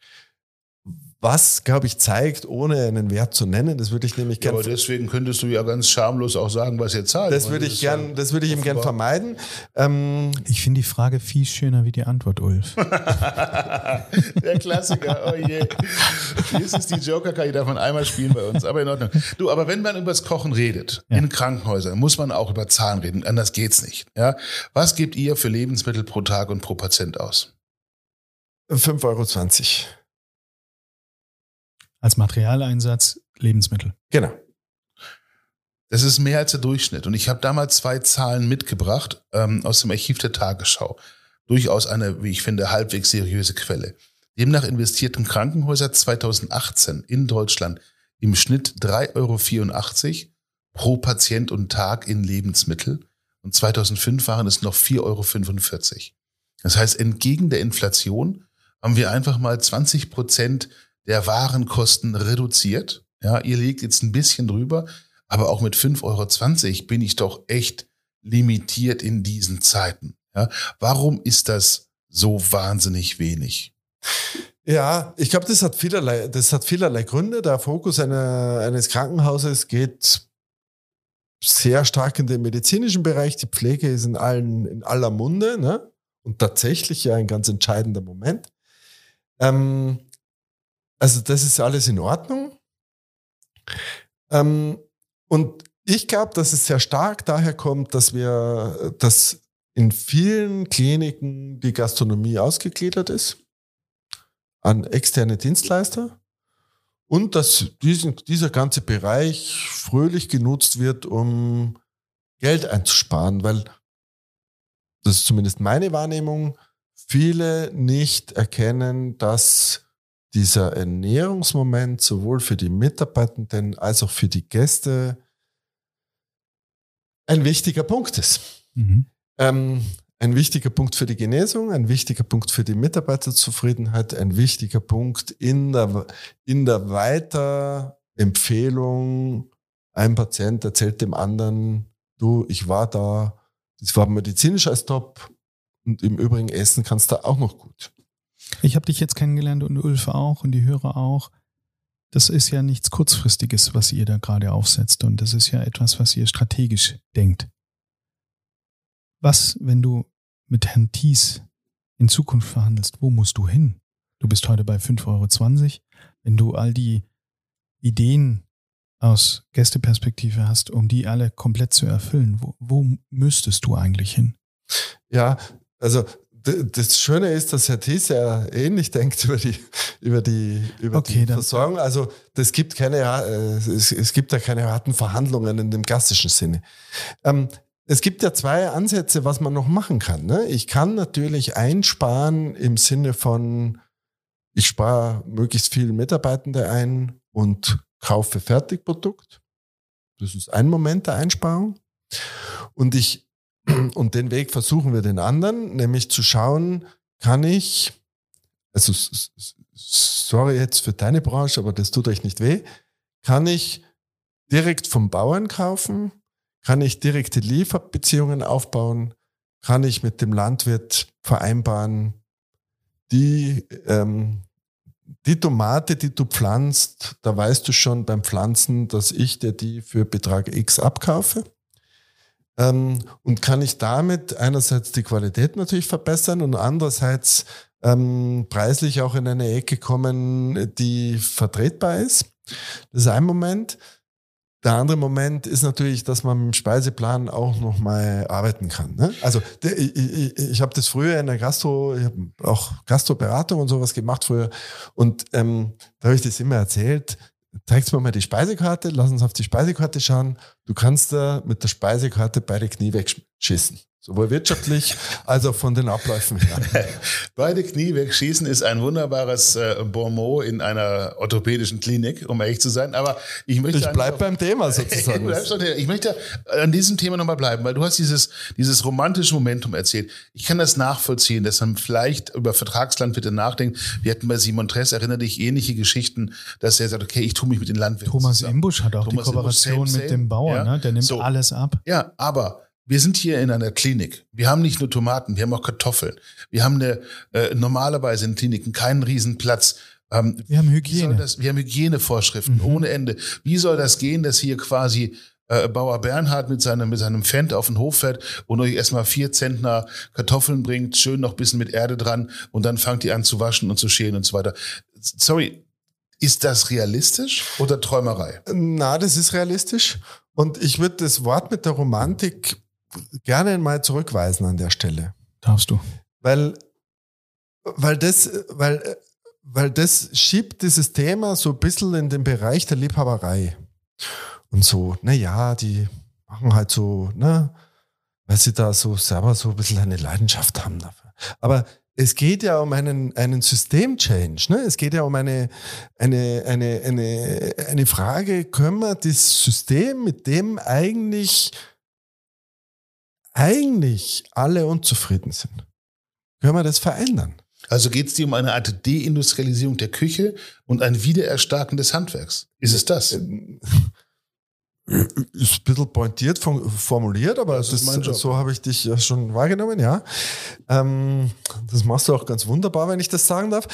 Was, glaube ich, zeigt, ohne einen Wert zu nennen, das würde ich nämlich gerne... Aber deswegen könntest du ja ganz schamlos auch sagen, was ihr zahlt. Das würde ich ihm gern vermeiden. Ich finde die Frage viel schöner wie die Antwort, Ulf. Der Klassiker, oh je. Hier ist die Joker-Karte, die darf man einmal spielen bei uns, aber in Ordnung. Du, aber wenn man über das Kochen redet, in Krankenhäusern, muss man auch über Zahlen reden, anders geht's nicht. Ja? Was gebt ihr für Lebensmittel pro Tag und pro Patient aus? 5,20 €. Als Materialeinsatz Lebensmittel. Genau. Das ist mehr als der Durchschnitt. Und ich habe damals 2 Zahlen mitgebracht aus dem Archiv der Tagesschau. Durchaus eine, wie ich finde, halbwegs seriöse Quelle. Demnach investierten Krankenhäuser 2018 in Deutschland im Schnitt 3,84 € pro Patient und Tag in Lebensmittel. Und 2005 waren es noch 4,45 €. Das heißt, entgegen der Inflation haben wir einfach mal 20% der Warenkosten reduziert. Ja, ihr liegt jetzt ein bisschen drüber, aber auch mit 5,20 € bin ich doch echt limitiert in diesen Zeiten. Ja, warum ist das so wahnsinnig wenig? Ja, ich glaube, das hat vielerlei Gründe. Der Fokus eines Krankenhauses geht sehr stark in den medizinischen Bereich. Die Pflege ist in aller Munde, ne? Und tatsächlich ja ein ganz entscheidender Moment. Also das ist alles in Ordnung. Und ich glaube, dass es sehr stark daher kommt, dass in vielen Kliniken die Gastronomie ausgegliedert ist. an externe Dienstleister und dass dieser ganze Bereich fröhlich genutzt wird, um Geld einzusparen, weil das ist zumindest meine Wahrnehmung, viele nicht erkennen, dass dieser Ernährungsmoment sowohl für die Mitarbeitenden als auch für die Gäste ein wichtiger Punkt ist. Mhm. Ein wichtiger Punkt für die Genesung, ein wichtiger Punkt für die Mitarbeiterzufriedenheit, ein wichtiger Punkt in der Weiterempfehlung. Ein Patient erzählt dem anderen, du, ich war da, das war medizinisch als top und im Übrigen essen kannst du auch noch gut. Ich habe dich jetzt kennengelernt und Ulf auch und die Hörer auch. Das ist ja nichts Kurzfristiges, was ihr da gerade aufsetzt und das ist ja etwas, was ihr strategisch denkt. Was, wenn du mit Herrn Thies in Zukunft verhandelst, wo musst du hin? Du bist heute bei 5,20 €. Wenn du all die Ideen aus Gästeperspektive hast, um die alle komplett zu erfüllen, wo müsstest du eigentlich hin? Ja, also das Schöne ist, dass Herr Thies ja ähnlich denkt über die Versorgung. Also es gibt da keine harten Verhandlungen in dem klassischen Sinne. Es gibt ja zwei Ansätze, was man noch machen kann. Ne? Ich kann natürlich einsparen im Sinne von, ich spare möglichst viele Mitarbeitende ein und kaufe Fertigprodukt. Das ist ein Moment der Einsparung. Und den Weg versuchen wir den anderen, nämlich zu schauen, kann ich, also sorry jetzt für deine Branche, aber das tut euch nicht weh, kann ich direkt vom Bauern kaufen? Kann ich direkte Lieferbeziehungen aufbauen? Kann ich mit dem Landwirt vereinbaren, die Tomate, die du pflanzt, da weißt du schon beim Pflanzen, dass ich dir die für Betrag X abkaufe? Und kann ich damit einerseits die Qualität natürlich verbessern und andererseits preislich auch in eine Ecke kommen, die vertretbar ist? Das ist ein Moment. Der andere Moment ist natürlich, dass man mit dem Speiseplan auch nochmal arbeiten kann. Ne? Also ich habe das früher in der ich habe auch Gastroberatung und sowas gemacht früher und da habe ich das immer erzählt, zeig's mir mal die Speisekarte, lass uns auf die Speisekarte schauen, du kannst da mit der Speisekarte beide Knie wegschießen. Sowohl wirtschaftlich als auch von den Abläufen her. Beide Knie wegschießen ist ein wunderbares Bonmot in einer orthopädischen Klinik, um ehrlich zu sein. Aber ich bleibe beim Thema sozusagen. Ich möchte an diesem Thema nochmal bleiben, weil du hast dieses romantische Momentum erzählt. Ich kann das nachvollziehen, dass man vielleicht über Vertragslandwirte nachdenkt. Wir hatten bei Simon Tress, erinnere dich, ähnliche Geschichten, dass er sagt, okay, ich tue mich mit den Landwirten Thomas zusammen. Imbusch hat auch die Kooperation mit dem Bauern, ja? Ne? Der nimmt alles ab. Ja, aber wir sind hier in einer Klinik. Wir haben nicht nur Tomaten, wir haben auch Kartoffeln. Wir haben normalerweise in Kliniken keinen Riesenplatz. Wir haben Hygiene. Wir haben Hygienevorschriften ohne Ende. Wie soll das gehen, dass hier quasi Bauer Bernhard mit seinem Fendt auf den Hof fährt und euch erstmal 4 Zentner Kartoffeln bringt, schön noch ein bisschen mit Erde dran und dann fangt ihr an zu waschen und zu schälen und so weiter. Sorry, ist das realistisch oder Träumerei? Na, das ist realistisch. Und ich würde das Wort mit der Romantik gerne mal zurückweisen an der Stelle. Darfst du. Weil das schiebt dieses Thema so ein bisschen in den Bereich der Liebhaberei. Und so, naja, die machen halt so, ne, weil sie da so selber so ein bisschen eine Leidenschaft haben dafür. Aber es geht ja um einen System-Change, ne? Es geht ja um eine Frage, können wir das System, mit dem eigentlich alle unzufrieden sind, können wir das verändern? Also geht es dir um eine Art Deindustrialisierung der Küche und ein Wiedererstarken des Handwerks? Ist es das? Ist ein bisschen pointiert formuliert, aber das ist mein Job. So habe ich dich ja schon wahrgenommen, ja. Das machst du auch ganz wunderbar, wenn ich das sagen darf.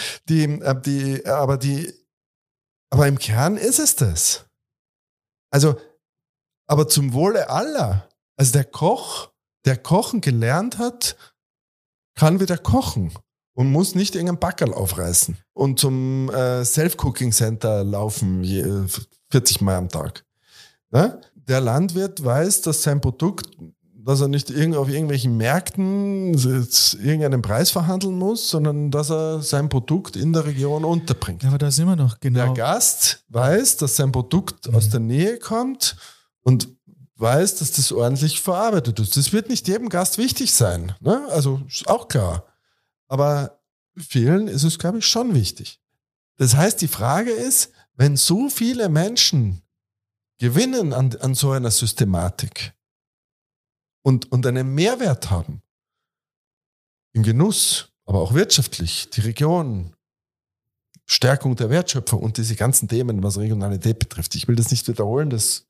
Aber im Kern ist es das. Also, aber zum Wohle aller. Also der Koch, der kochen gelernt hat, kann wieder kochen und muss nicht irgendeinen Backerl aufreißen und zum Self-Cooking-Center laufen 40 Mal am Tag. Ja? Der Landwirt weiß, dass sein Produkt dass er nicht auf irgendwelchen Märkten irgendeinen Preis verhandeln muss, sondern dass er sein Produkt in der Region unterbringt. Ja, aber da sind wir doch genau. Der Gast weiß, dass sein Produkt aus der Nähe kommt und weiß, dass das ordentlich verarbeitet ist. Das wird nicht jedem Gast wichtig sein, ne? Also ist auch klar. Aber vielen ist es, glaube ich, schon wichtig. Das heißt, die Frage ist, wenn so viele Menschen gewinnen an so einer Systematik und einen Mehrwert haben, im Genuss, aber auch wirtschaftlich, die Region, Stärkung der Wertschöpfung und diese ganzen Themen, was Regionalität betrifft. Ich will das nicht wiederholen, das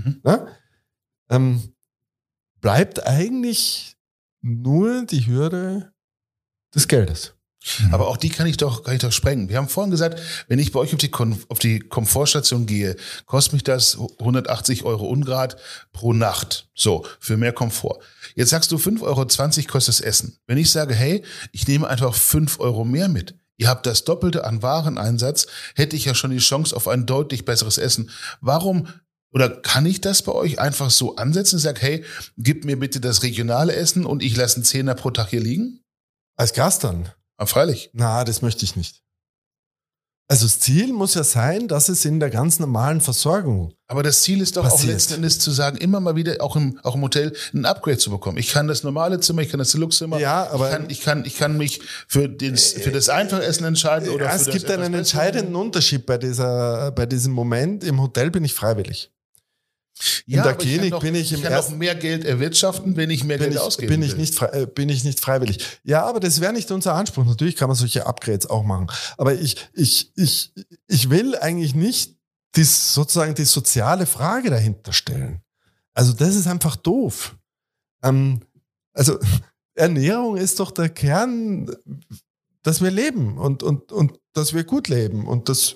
bleibt eigentlich nur die Hürde des Geldes. Aber auch die kann ich doch sprengen. Wir haben vorhin gesagt, wenn ich bei euch auf die Komfortstation gehe, kostet mich das 180 € Ungrad pro Nacht. So, für mehr Komfort. Jetzt sagst du 5,20 € kostet das Essen. Wenn ich sage, hey, ich nehme einfach 5 € mehr mit. Ihr habt das Doppelte an Wareneinsatz, hätte ich ja schon die Chance auf ein deutlich besseres Essen. Warum oder kann ich das bei euch einfach so ansetzen und sage, hey, gib mir bitte das regionale Essen und ich lasse einen Zehner pro Tag hier liegen? Als Gast dann? Ja, freilich. Na, das möchte ich nicht. Also das Ziel muss ja sein, dass es in der ganz normalen Versorgung Aber das Ziel ist doch passiert. auch letzten Endes zu sagen, immer mal wieder auch im Hotel ein Upgrade zu bekommen. Ich kann das normale Zimmer, ich kann das Deluxe-Zimmer, Ja, aber ich kann mich für das Einfachessen entscheiden oder ja, für es das gibt einen etwas entscheidenden Unterschied bei diesem Moment. Im Hotel bin ich freiwillig. In Ja, der aber Klinik bin ich kann auch mehr Geld erwirtschaften, wenn ich mehr Geld ausgebe. bin ich nicht freiwillig. Ja, aber das wäre nicht unser Anspruch. Natürlich kann man solche Upgrades auch machen. Aber ich will eigentlich nicht sozusagen die soziale Frage dahinter stellen. Also das ist einfach doof. Also Ernährung ist doch der Kern, dass wir leben und dass wir gut leben. Und das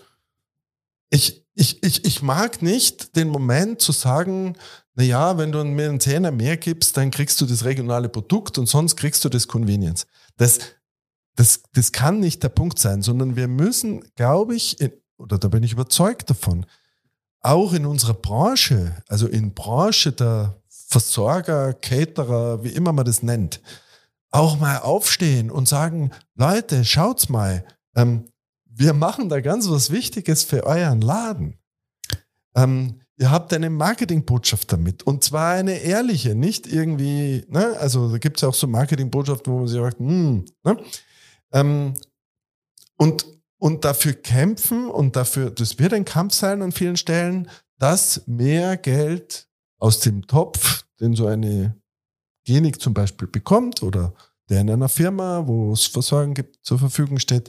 ich mag nicht den Moment zu sagen, naja, wenn du mir einen Zehner mehr gibst, dann kriegst du das regionale Produkt und sonst kriegst du das Convenience. Das kann nicht der Punkt sein, sondern wir müssen, glaube ich, oder da bin ich überzeugt davon, auch in unserer Branche, also in Branche der Versorger, Caterer, wie immer man das nennt, auch mal aufstehen und sagen, Leute, schaut's mal, wir machen da ganz was Wichtiges für euren Laden. Ihr habt eine Marketingbotschaft damit und zwar eine ehrliche, nicht irgendwie, ne? Also da gibt es ja auch so Marketingbotschaften, wo man sich sagt, ne? Und dafür kämpfen und dafür, das wird ein Kampf sein an vielen Stellen, dass mehr Geld aus dem Topf, den so eine Klinik zum Beispiel bekommt oder der in einer Firma, wo es Versorgung gibt, zur Verfügung steht,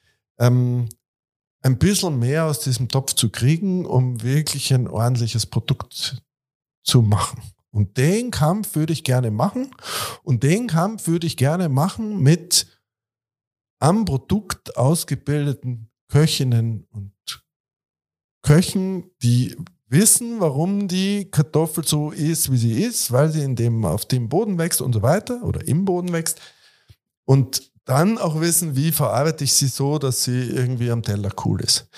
ein bisschen mehr aus diesem Topf zu kriegen, um wirklich ein ordentliches Produkt zu machen. Und den Kampf würde ich gerne machen. Und den Kampf würde ich gerne machen mit am Produkt ausgebildeten Köchinnen und Köchen, die wissen, warum die Kartoffel so ist, wie sie ist, weil sie auf dem Boden wächst und so weiter oder im Boden wächst. Und dann auch wissen, wie verarbeite ich sie so, dass sie irgendwie am Teller cool ist.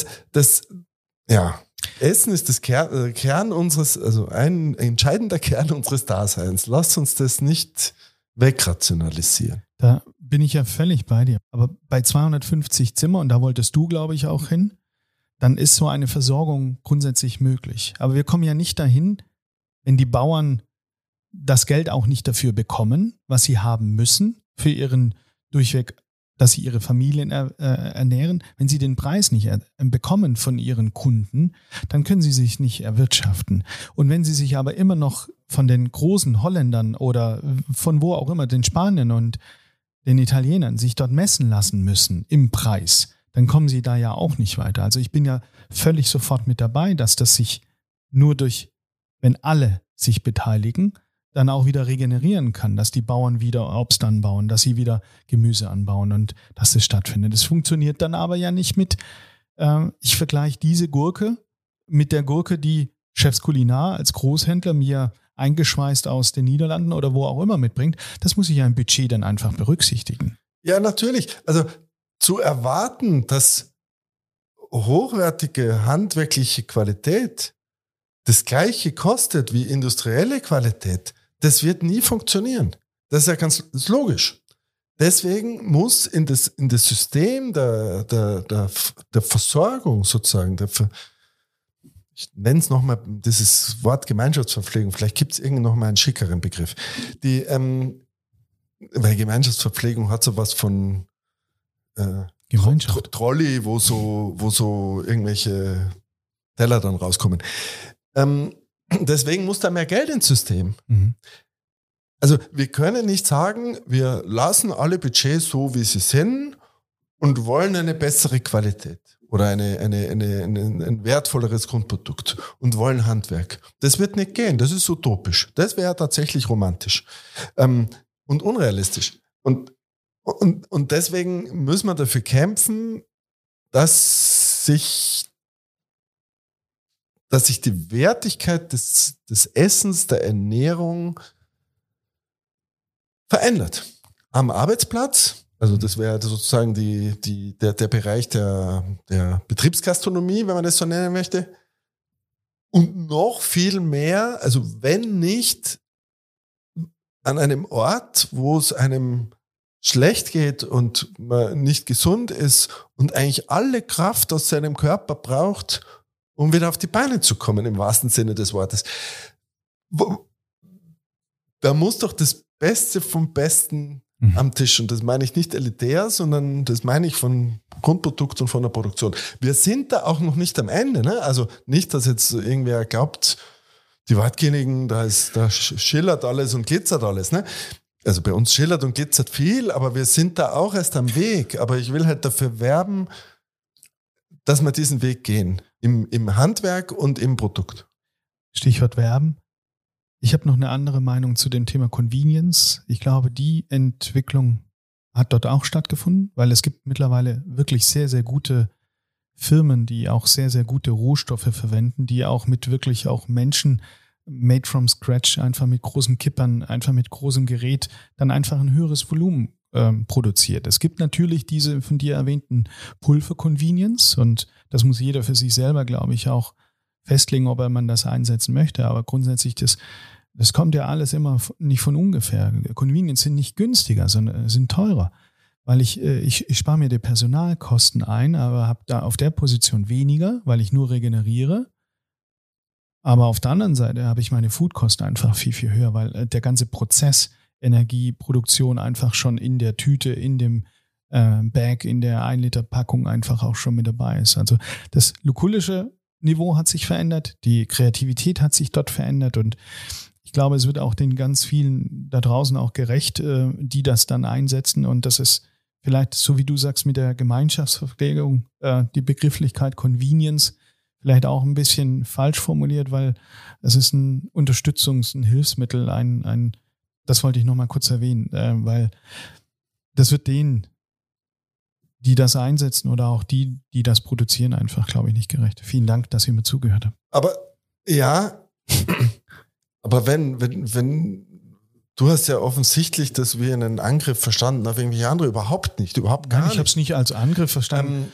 Essen ist das Kern unseres, also ein entscheidender Kern unseres Daseins. Lasst uns das nicht wegrationalisieren. Da bin ich ja völlig bei dir. Aber bei 250 Zimmer, und da wolltest du, glaube ich, auch hin, dann ist so eine Versorgung grundsätzlich möglich. Aber wir kommen ja nicht dahin, wenn die Bauern das Geld auch nicht dafür bekommen, was sie haben müssen, für ihren durchweg, dass sie ihre Familien ernähren. Wenn sie den Preis nicht bekommen von ihren Kunden, dann können sie sich nicht erwirtschaften. Und wenn sie sich aber immer noch von den großen Holländern oder von wo auch immer, den Spaniern und den Italienern, sich dort messen lassen müssen im Preis, dann kommen sie da ja auch nicht weiter. Also ich bin ja völlig sofort mit dabei, dass das sich nur wenn alle sich beteiligen, dann auch wieder regenerieren kann, dass die Bauern wieder Obst anbauen, dass sie wieder Gemüse anbauen und dass das stattfindet. Das funktioniert dann aber ja nicht ich vergleiche diese Gurke mit der Gurke, die Chefs Culinar als Großhändler mir eingeschweißt aus den Niederlanden oder wo auch immer mitbringt. Das muss ich ja im Budget dann einfach berücksichtigen. Ja, natürlich. Also zu erwarten, dass hochwertige handwerkliche Qualität das Gleiche kostet wie industrielle Qualität, Das wird nie funktionieren. Das ist ja ganz logisch. Deswegen muss in das System der Versorgung sozusagen, ich nenne es nochmal, dieses Wort Gemeinschaftsverpflegung, vielleicht gibt es irgendwie nochmal einen schickeren Begriff. Weil Gemeinschaftsverpflegung hat sowas von Gemeinschaft. Trolley, wo so irgendwelche Teller dann rauskommen. Deswegen muss da mehr Geld ins System. Mhm. Also wir können nicht sagen, wir lassen alle Budgets so, wie sie sind und wollen eine bessere Qualität oder ein wertvolleres Grundprodukt und wollen Handwerk. Das wird nicht gehen, das ist utopisch. Das wäre tatsächlich romantisch und unrealistisch. Und deswegen müssen wir dafür kämpfen, dass sich die Wertigkeit des Essens, der Ernährung verändert. Am Arbeitsplatz, also das wäre sozusagen der Bereich der Betriebsgastronomie, wenn man das so nennen möchte. Und noch viel mehr, also wenn nicht an einem Ort, wo es einem schlecht geht und man nicht gesund ist und eigentlich alle Kraft aus seinem Körper braucht, um wieder auf die Beine zu kommen, im wahrsten Sinne des Wortes. Da muss doch das Beste vom Besten am Tisch. Und das meine ich nicht elitär, sondern das meine ich von Grundprodukt und von der Produktion. Wir sind da auch noch nicht am Ende. Ne? Also nicht, dass jetzt irgendwer glaubt, die Waldkönigin, da schillert alles und glitzert alles. Ne? Also bei uns schillert und glitzert viel, aber wir sind da auch erst am Weg. Aber ich will halt dafür werben, dass wir diesen Weg gehen. Im Handwerk und im Produkt. Stichwort Werben. Ich habe noch eine andere Meinung zu dem Thema Convenience. Ich glaube, die Entwicklung hat dort auch stattgefunden, weil es gibt mittlerweile wirklich sehr, sehr gute Firmen, die auch sehr, sehr gute Rohstoffe verwenden, die auch mit wirklich auch Menschen made from scratch, einfach mit großen Kippern, einfach mit großem Gerät, dann einfach ein höheres Volumen produziert. Es gibt natürlich diese von dir erwähnten Pulver-Convenience und das muss jeder für sich selber, glaube ich, auch festlegen, ob man das einsetzen möchte. Aber grundsätzlich, das kommt ja alles immer nicht von ungefähr. Convenience sind nicht günstiger, sondern sind teurer. Weil ich spare mir die Personalkosten ein, aber habe da auf der Position weniger, weil ich nur regeneriere. Aber auf der anderen Seite habe ich meine Foodkosten einfach viel, viel höher, weil der ganze Prozess, Energieproduktion einfach schon in der Tüte, in dem Bag, in der 1 Liter Packung einfach auch schon mit dabei ist. Also das lukullische Niveau hat sich verändert, die Kreativität hat sich dort verändert und ich glaube, es wird auch den ganz vielen da draußen auch gerecht, die das dann einsetzen und das ist vielleicht, so wie du sagst, mit der Gemeinschaftsverpflegung, die Begrifflichkeit Convenience vielleicht auch ein bisschen falsch formuliert, weil es ist ein ein Hilfsmittel, das wollte ich noch mal kurz erwähnen, weil das wird denen, die das einsetzen oder auch die das produzieren, einfach, glaube ich, nicht gerecht. Vielen Dank, dass ihr mir zugehört habt. Aber ja, aber wenn du hast ja offensichtlich das wie einen Angriff verstanden auf irgendwelche andere, überhaupt gar nicht. Ich habe es nicht als Angriff verstanden.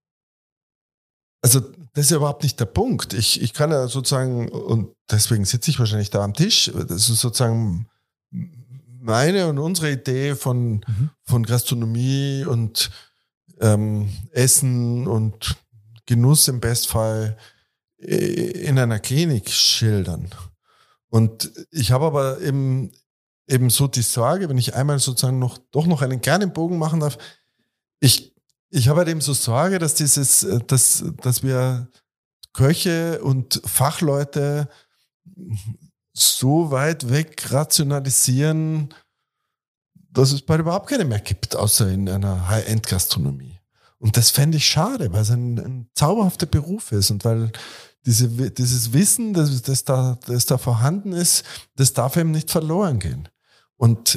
Also das ist ja überhaupt nicht der Punkt. Ich kann ja sozusagen, und deswegen sitze ich wahrscheinlich da am Tisch, das ist sozusagen meine und unsere Idee von Gastronomie und Essen und Genuss im Bestfall in einer Klinik schildern. Und ich habe aber eben so die Sorge, wenn ich einmal sozusagen noch einen kleinen Bogen machen darf, ich habe halt eben so Sorge, dass dass wir Köche und Fachleute so weit weg rationalisieren, dass es bald überhaupt keine mehr gibt, außer in einer High-End-Gastronomie. Und das fände ich schade, weil es ein zauberhafter Beruf ist und weil dieses Wissen, das da vorhanden ist, das darf eben nicht verloren gehen. Und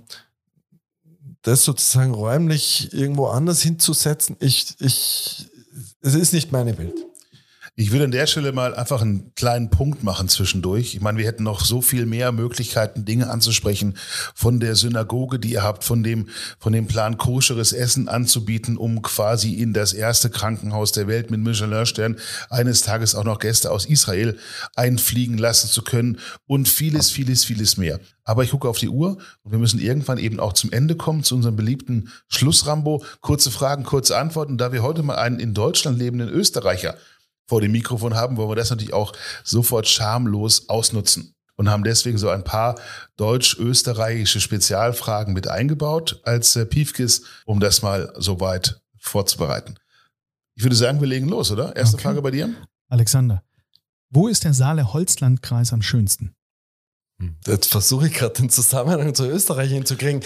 das sozusagen räumlich irgendwo anders hinzusetzen, es ist nicht meine Welt. Ich würde an der Stelle mal einfach einen kleinen Punkt machen zwischendurch. Ich meine, wir hätten noch so viel mehr Möglichkeiten, Dinge anzusprechen, von der Synagoge, die ihr habt, von dem Plan, koscheres Essen anzubieten, um quasi in das erste Krankenhaus der Welt mit Michelin-Stern eines Tages auch noch Gäste aus Israel einfliegen lassen zu können und vieles, vieles, vieles mehr. Aber ich gucke auf die Uhr und wir müssen irgendwann eben auch zum Ende kommen, zu unserem beliebten Schlussrambo. Kurze Fragen, kurze Antworten. Da wir heute mal einen in Deutschland lebenden Österreicher vor dem Mikrofon haben, wollen wir das natürlich auch sofort schamlos ausnutzen und haben deswegen so ein paar deutsch-österreichische Spezialfragen mit eingebaut als Piefkes, um das mal soweit vorzubereiten. Ich würde sagen, wir legen los, oder? Erste Frage bei dir. Alexander, wo ist der Saale-Holzland-Kreis am schönsten? Jetzt versuche ich gerade den Zusammenhang zu Österreich hinzukriegen.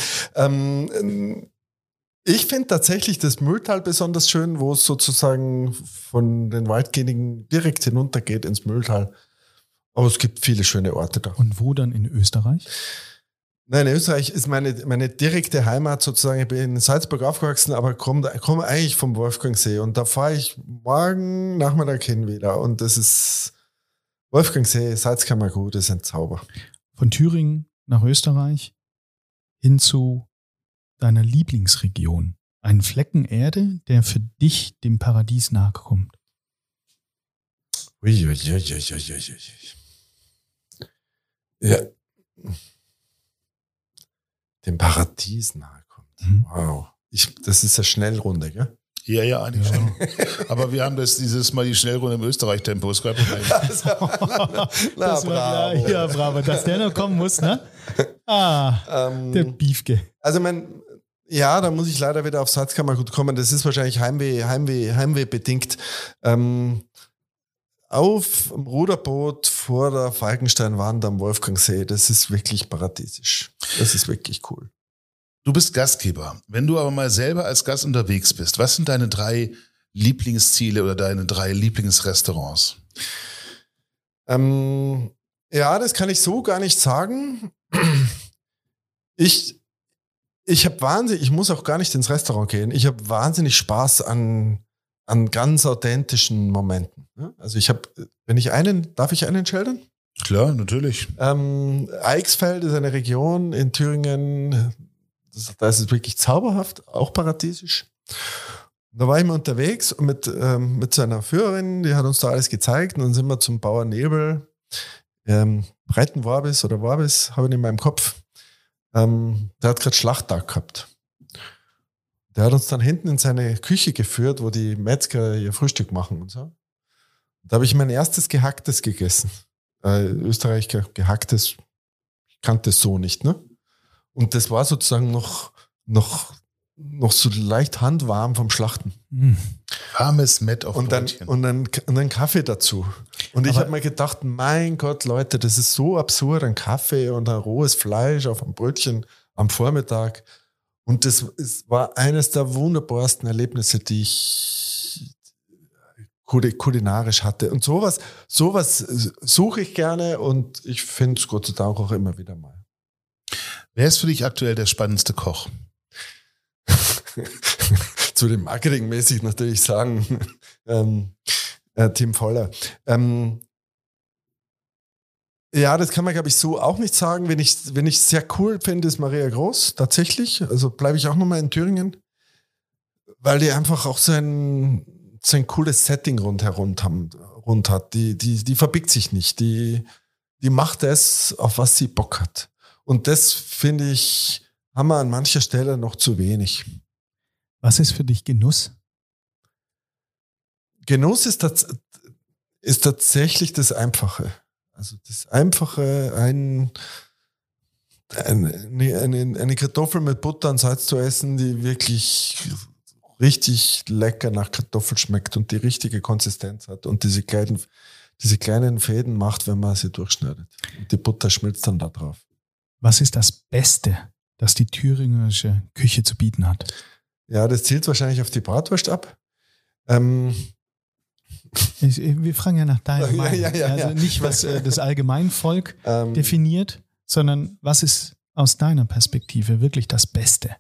Ich finde tatsächlich das Mühltal besonders schön, wo es sozusagen von den Waldkönigen direkt hinuntergeht ins Mühltal. Aber es gibt viele schöne Orte da. Und wo dann in Österreich? Nein, Österreich ist meine direkte Heimat sozusagen. Ich bin in Salzburg aufgewachsen, aber komme eigentlich vom Wolfgangsee. Und da fahre ich morgen Nachmittag hin wieder. Und das ist Wolfgangsee, Salzkammergut, das ist ein Zauber. Von Thüringen nach Österreich hin zu deiner Lieblingsregion. Einen Flecken Erde, der für dich dem Paradies nahe kommt. Ja. Dem Paradies nahe kommt. Wow. Das ist eine Schnellrunde, gell? Ja, eigentlich schon. Aber wir haben dieses Mal die Schnellrunde im Österreich-Tempo. Ist kein Problem. Bravo. Ja, bravo. Dass der noch kommen muss, ne? Der Biefke. Also da muss ich leider wieder auf Salzkammergut kommen. Das ist wahrscheinlich Heimweh bedingt. Auf dem Ruderboot vor der Falkensteinwand am Wolfgangsee. Das ist wirklich paradiesisch. Das ist wirklich cool. Du bist Gastgeber. Wenn du aber mal selber als Gast unterwegs bist, was sind deine 3 Lieblingsziele oder deine 3 Lieblingsrestaurants? Das kann ich so gar nicht sagen. Ich muss auch gar nicht ins Restaurant gehen. Ich habe wahnsinnig Spaß an ganz authentischen Momenten. Also darf ich einen schildern? Klar, natürlich. Eichsfeld ist eine Region in Thüringen. Da ist es wirklich zauberhaft, auch paradiesisch. Da war ich mal unterwegs mit so einer Führerin, die hat uns da alles gezeigt. Und dann sind wir zum Bauer Nebel, Breitenwarbis oder Warbis, habe ich in meinem Kopf. Der hat gerade Schlachttag gehabt. Der hat uns dann hinten in seine Küche geführt, wo die Metzger ihr Frühstück machen und so. Da habe ich mein erstes Gehacktes gegessen. Österreich Gehacktes, ich kannte es so nicht, ne? Und das war sozusagen noch so leicht handwarm vom Schlachten. Warmes Mett auf Brötchen. Und dann Kaffee dazu. Und ich habe mir gedacht, mein Gott, Leute, das ist so absurd, ein Kaffee und ein rohes Fleisch auf einem Brötchen am Vormittag. Und das war eines der wunderbarsten Erlebnisse, die ich kulinarisch hatte. Und sowas suche ich gerne und ich finde es Gott sei Dank auch immer wieder mal. Wer ist für dich aktuell der spannendste Koch? Zu dem Marketingmäßig natürlich sagen, Tim Voller. Das kann man, glaube ich, so auch nicht sagen. Wenn ich sehr cool finde, ist Maria Groß, tatsächlich. Also bleibe ich auch nochmal in Thüringen, weil die einfach auch so ein cooles Setting rund hat. Die verbiegt sich nicht. Die macht das, auf was sie Bock hat. Und das, finde ich, haben wir an mancher Stelle noch zu wenig. Was ist für dich Genuss? Genuss ist tatsächlich das Einfache. Also das Einfache, eine Kartoffel mit Butter und Salz zu essen, die wirklich richtig lecker nach Kartoffel schmeckt und die richtige Konsistenz hat und diese kleinen Fäden macht, wenn man sie durchschneidet. Und die Butter schmilzt dann da drauf. Was ist das Beste, das die thüringerische Küche zu bieten hat? Ja, das zielt wahrscheinlich auf die Bratwurst ab. Wir fragen ja nach deiner Meinung. Ja. Also nicht, was das Allgemeinvolk definiert, sondern was ist aus deiner Perspektive wirklich das Beste?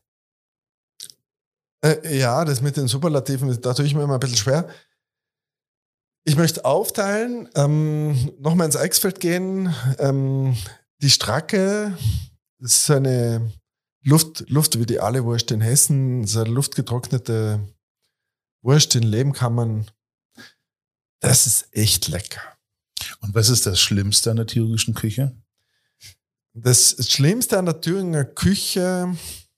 Das mit den Superlativen, da tue ich mir immer ein bisschen schwer. Ich möchte aufteilen, nochmal ins Eichsfeld gehen. Die Stracke ist so eine Luft wie die Aale-Wurst in Hessen, so eine luftgetrocknete Wurst in Lehmkammern. Das ist echt lecker. Und was ist das Schlimmste an der thüringischen Küche? Das Schlimmste an der Thüringer Küche,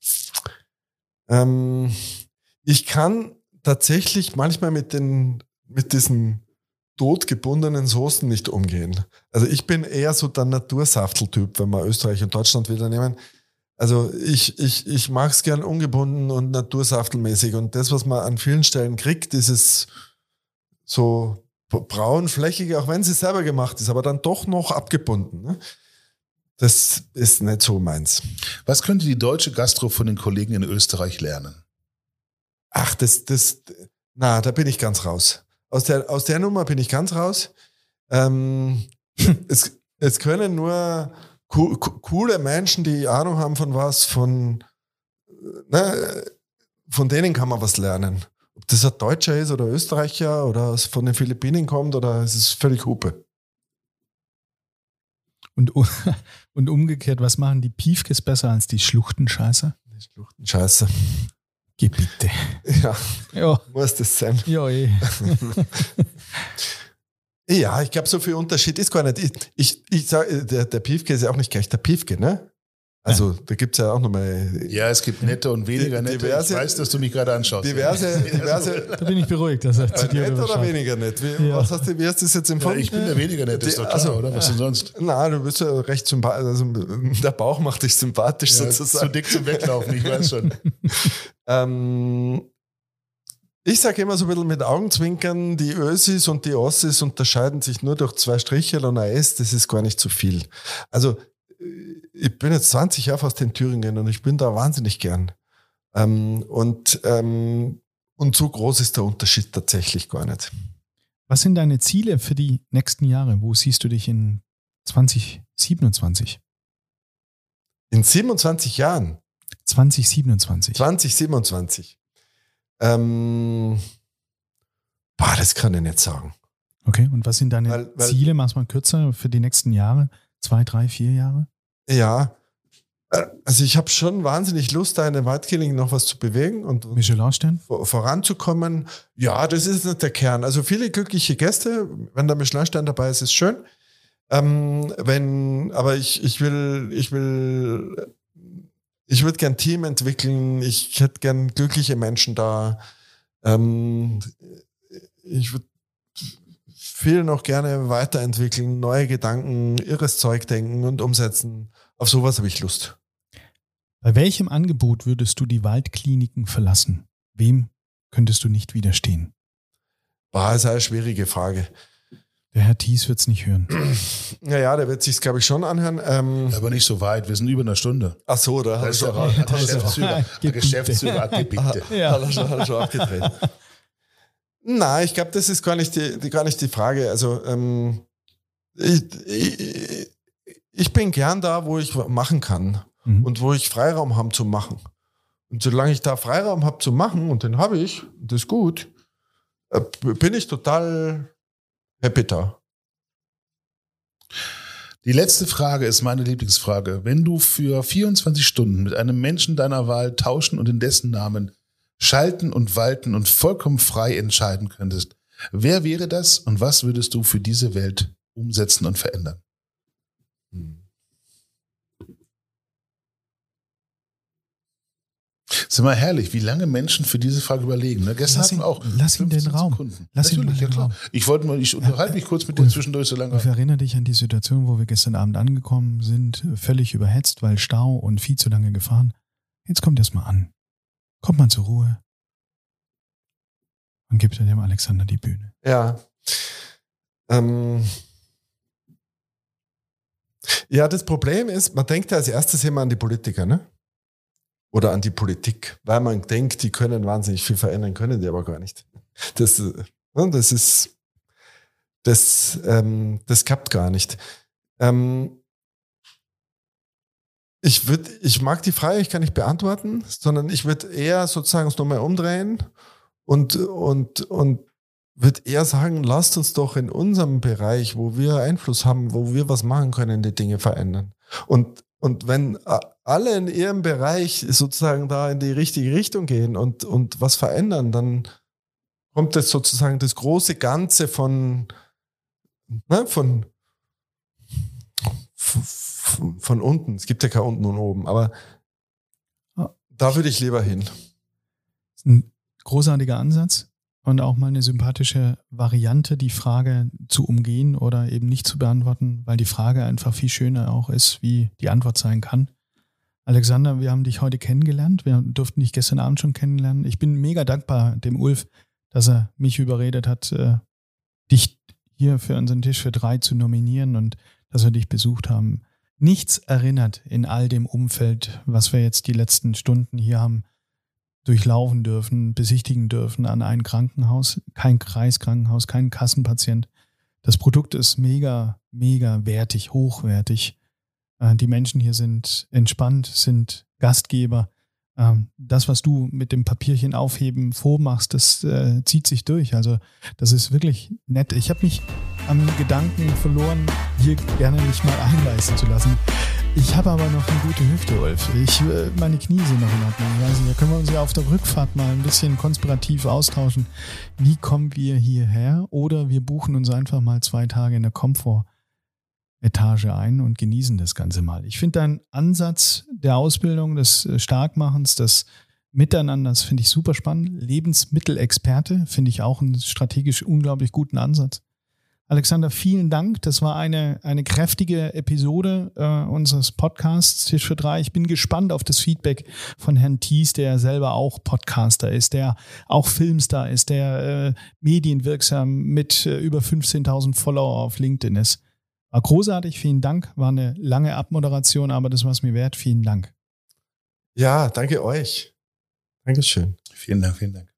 ich kann tatsächlich manchmal mit diesen totgebundenen Soßen nicht umgehen. Also ich bin eher so der Natursafteltyp, wenn wir Österreich und Deutschland wieder nehmen. Also ich mag es gern ungebunden und natursaftelmäßig. Und das, was man an vielen Stellen kriegt, dieses so braunflächige, auch wenn sie selber gemacht ist, aber dann doch noch abgebunden. Ne? Das ist nicht so meins. Was könnte die deutsche Gastro von den Kollegen in Österreich lernen? Ach, da bin ich ganz raus. Aus der Nummer bin ich ganz raus. Es können nur coole Menschen, die Ahnung haben von was, von denen kann man was lernen. Ob das ein Deutscher ist oder Österreicher oder von den Philippinen kommt oder es ist völlig Hupe. Und umgekehrt, was machen die Piefkes besser als die Schluchtenscheißer? Die Schluchtenscheißer. Geh bitte. Ja, muss das sein. Ja, Ja, ich glaube, so viel Unterschied ist gar nicht. Ich sage, der Piefke ist ja auch nicht gleich der Piefke, ne? Also da gibt es ja auch nochmal. Ja, es gibt nette und weniger nette. Ich weiß, dass du mich gerade anschaust. Diverse. Da bin ich beruhigt, dass er zu dir nett oder weniger nett? Wie hast du das jetzt empfunden? Ja, ich bin der weniger nett, ist doch klar, oder? Was denn sonst? Nein, du bist ja recht sympathisch. Also, der Bauch macht dich sympathisch sozusagen. Zu dick zum Weglaufen, ich weiß schon. Ich sage immer so ein bisschen mit Augenzwinkern, die Ösis und die Ossis unterscheiden sich nur durch 2 Striche und ein S, das ist gar nicht so viel. Also ich bin jetzt 20 Jahre fast in Thüringen und ich bin da wahnsinnig gern. Und so groß ist der Unterschied tatsächlich gar nicht. Was sind deine Ziele für die nächsten Jahre? Wo siehst du dich in 2027? In 27 Jahren? 2027. 2027. Das kann ich nicht sagen. Okay, und was sind deine weil, Ziele? Mach's mal kürzer für die nächsten Jahre? 2, 3, 4 Jahre? Ja, also ich habe schon wahnsinnig Lust, da in der Waldklinik noch was zu bewegen und Michelin-Stern? Voranzukommen. Ja, das ist nicht der Kern. Also viele glückliche Gäste, wenn der Michelin-Stern dabei ist, ist schön. Aber ich würde gern Team entwickeln. Ich hätte gern glückliche Menschen da. Ich würde viel noch gerne weiterentwickeln, neue Gedanken, irres Zeug denken und umsetzen. Auf sowas habe ich Lust. Bei welchem Angebot würdest du die Waldkliniken verlassen? Wem könntest du nicht widerstehen? Ist eine schwierige Frage. Der Herr Thies wird es nicht hören. Naja, der wird sich glaube ich, schon anhören. Aber nicht so weit, wir sind über eine Stunde. Ach so, da ist der Geschäftsführer bitte. Hat er schon abgedreht. Nein, ich glaube, das ist gar nicht die Frage. Also ich bin gern da, wo ich machen kann und wo ich Freiraum habe zu machen. Und solange ich da Freiraum habe zu machen, und den habe ich, das ist gut, bin ich total happy da. Die letzte Frage ist meine Lieblingsfrage. Wenn du für 24 Stunden mit einem Menschen deiner Wahl tauschen und in dessen Namen schalten und walten und vollkommen frei entscheiden könntest, wer wäre das und was würdest du für diese Welt umsetzen und verändern? Ist immer herrlich, wie lange Menschen für diese Frage überlegen. Ne? Gestern hatten wir auch lass ihn den Raum. Sekunden. Lass ihn den Raum. Ich unterhalte mich kurz mit dir zwischendurch so lange. Ich erinnere dich an die Situation, wo wir gestern Abend angekommen sind, völlig überhetzt, weil Stau und viel zu lange gefahren. Jetzt kommt erst mal an. Kommt mal zur Ruhe. Und gibt dem Alexander die Bühne. Ja. Ja, das Problem ist, man denkt ja als erstes immer an die Politiker, ne? Oder an die Politik, weil man denkt, die können wahnsinnig viel verändern, können die aber gar nicht. Das klappt gar nicht. Ich mag die Frage, ich kann nicht beantworten, sondern ich würde eher sozusagen es nochmal umdrehen und würde eher sagen, lasst uns doch in unserem Bereich, wo wir Einfluss haben, wo wir was machen können, die Dinge verändern. Und wenn alle in ihrem Bereich sozusagen da in die richtige Richtung gehen und was verändern, dann kommt das sozusagen das große Ganze von unten. Es gibt ja kein unten und oben, aber da würde ich lieber hin. Das ist ein großartiger Ansatz und auch mal eine sympathische Variante, die Frage zu umgehen oder eben nicht zu beantworten, weil die Frage einfach viel schöner auch ist, wie die Antwort sein kann. Alexander, wir haben dich heute kennengelernt. Wir durften dich gestern Abend schon kennenlernen. Ich bin mega dankbar dem Ulf, dass er mich überredet hat, dich hier für unseren Tisch für 3 zu nominieren und dass wir dich besucht haben. Nichts erinnert in all dem Umfeld, was wir jetzt die letzten Stunden hier haben durchlaufen dürfen, besichtigen dürfen an ein Krankenhaus, kein Kreiskrankenhaus, kein Kassenpatient. Das Produkt ist mega, mega wertig, hochwertig. Die Menschen hier sind entspannt, sind Gastgeber. Das, was du mit dem Papierchen aufheben vormachst, das zieht sich durch. Also das ist wirklich nett. Ich habe mich am Gedanken verloren, hier gerne nicht mal einweisen zu lassen. Ich habe aber noch eine gute Hüfte, Ulf. Meine Knie sind noch in Ordnung. Ich weiß nicht, da können wir uns ja auf der Rückfahrt mal ein bisschen konspirativ austauschen. Wie kommen wir hierher? Oder wir buchen uns einfach mal 2 Tage in der Komfortetage ein und genießen das Ganze mal. Ich finde deinen Ansatz der Ausbildung, des Starkmachens, des Miteinanders finde ich super spannend. Lebensmittelexperte finde ich auch einen strategisch unglaublich guten Ansatz. Alexander, vielen Dank. Das war eine kräftige Episode unseres Podcasts Tisch für 3. Ich bin gespannt auf das Feedback von Herrn Thies, der selber auch Podcaster ist, der auch Filmstar ist, der medienwirksam mit über 15.000 Follower auf LinkedIn ist. War großartig, vielen Dank. War eine lange Abmoderation, aber das war es mir wert. Vielen Dank. Ja, danke euch. Dankeschön. Vielen Dank, vielen Dank.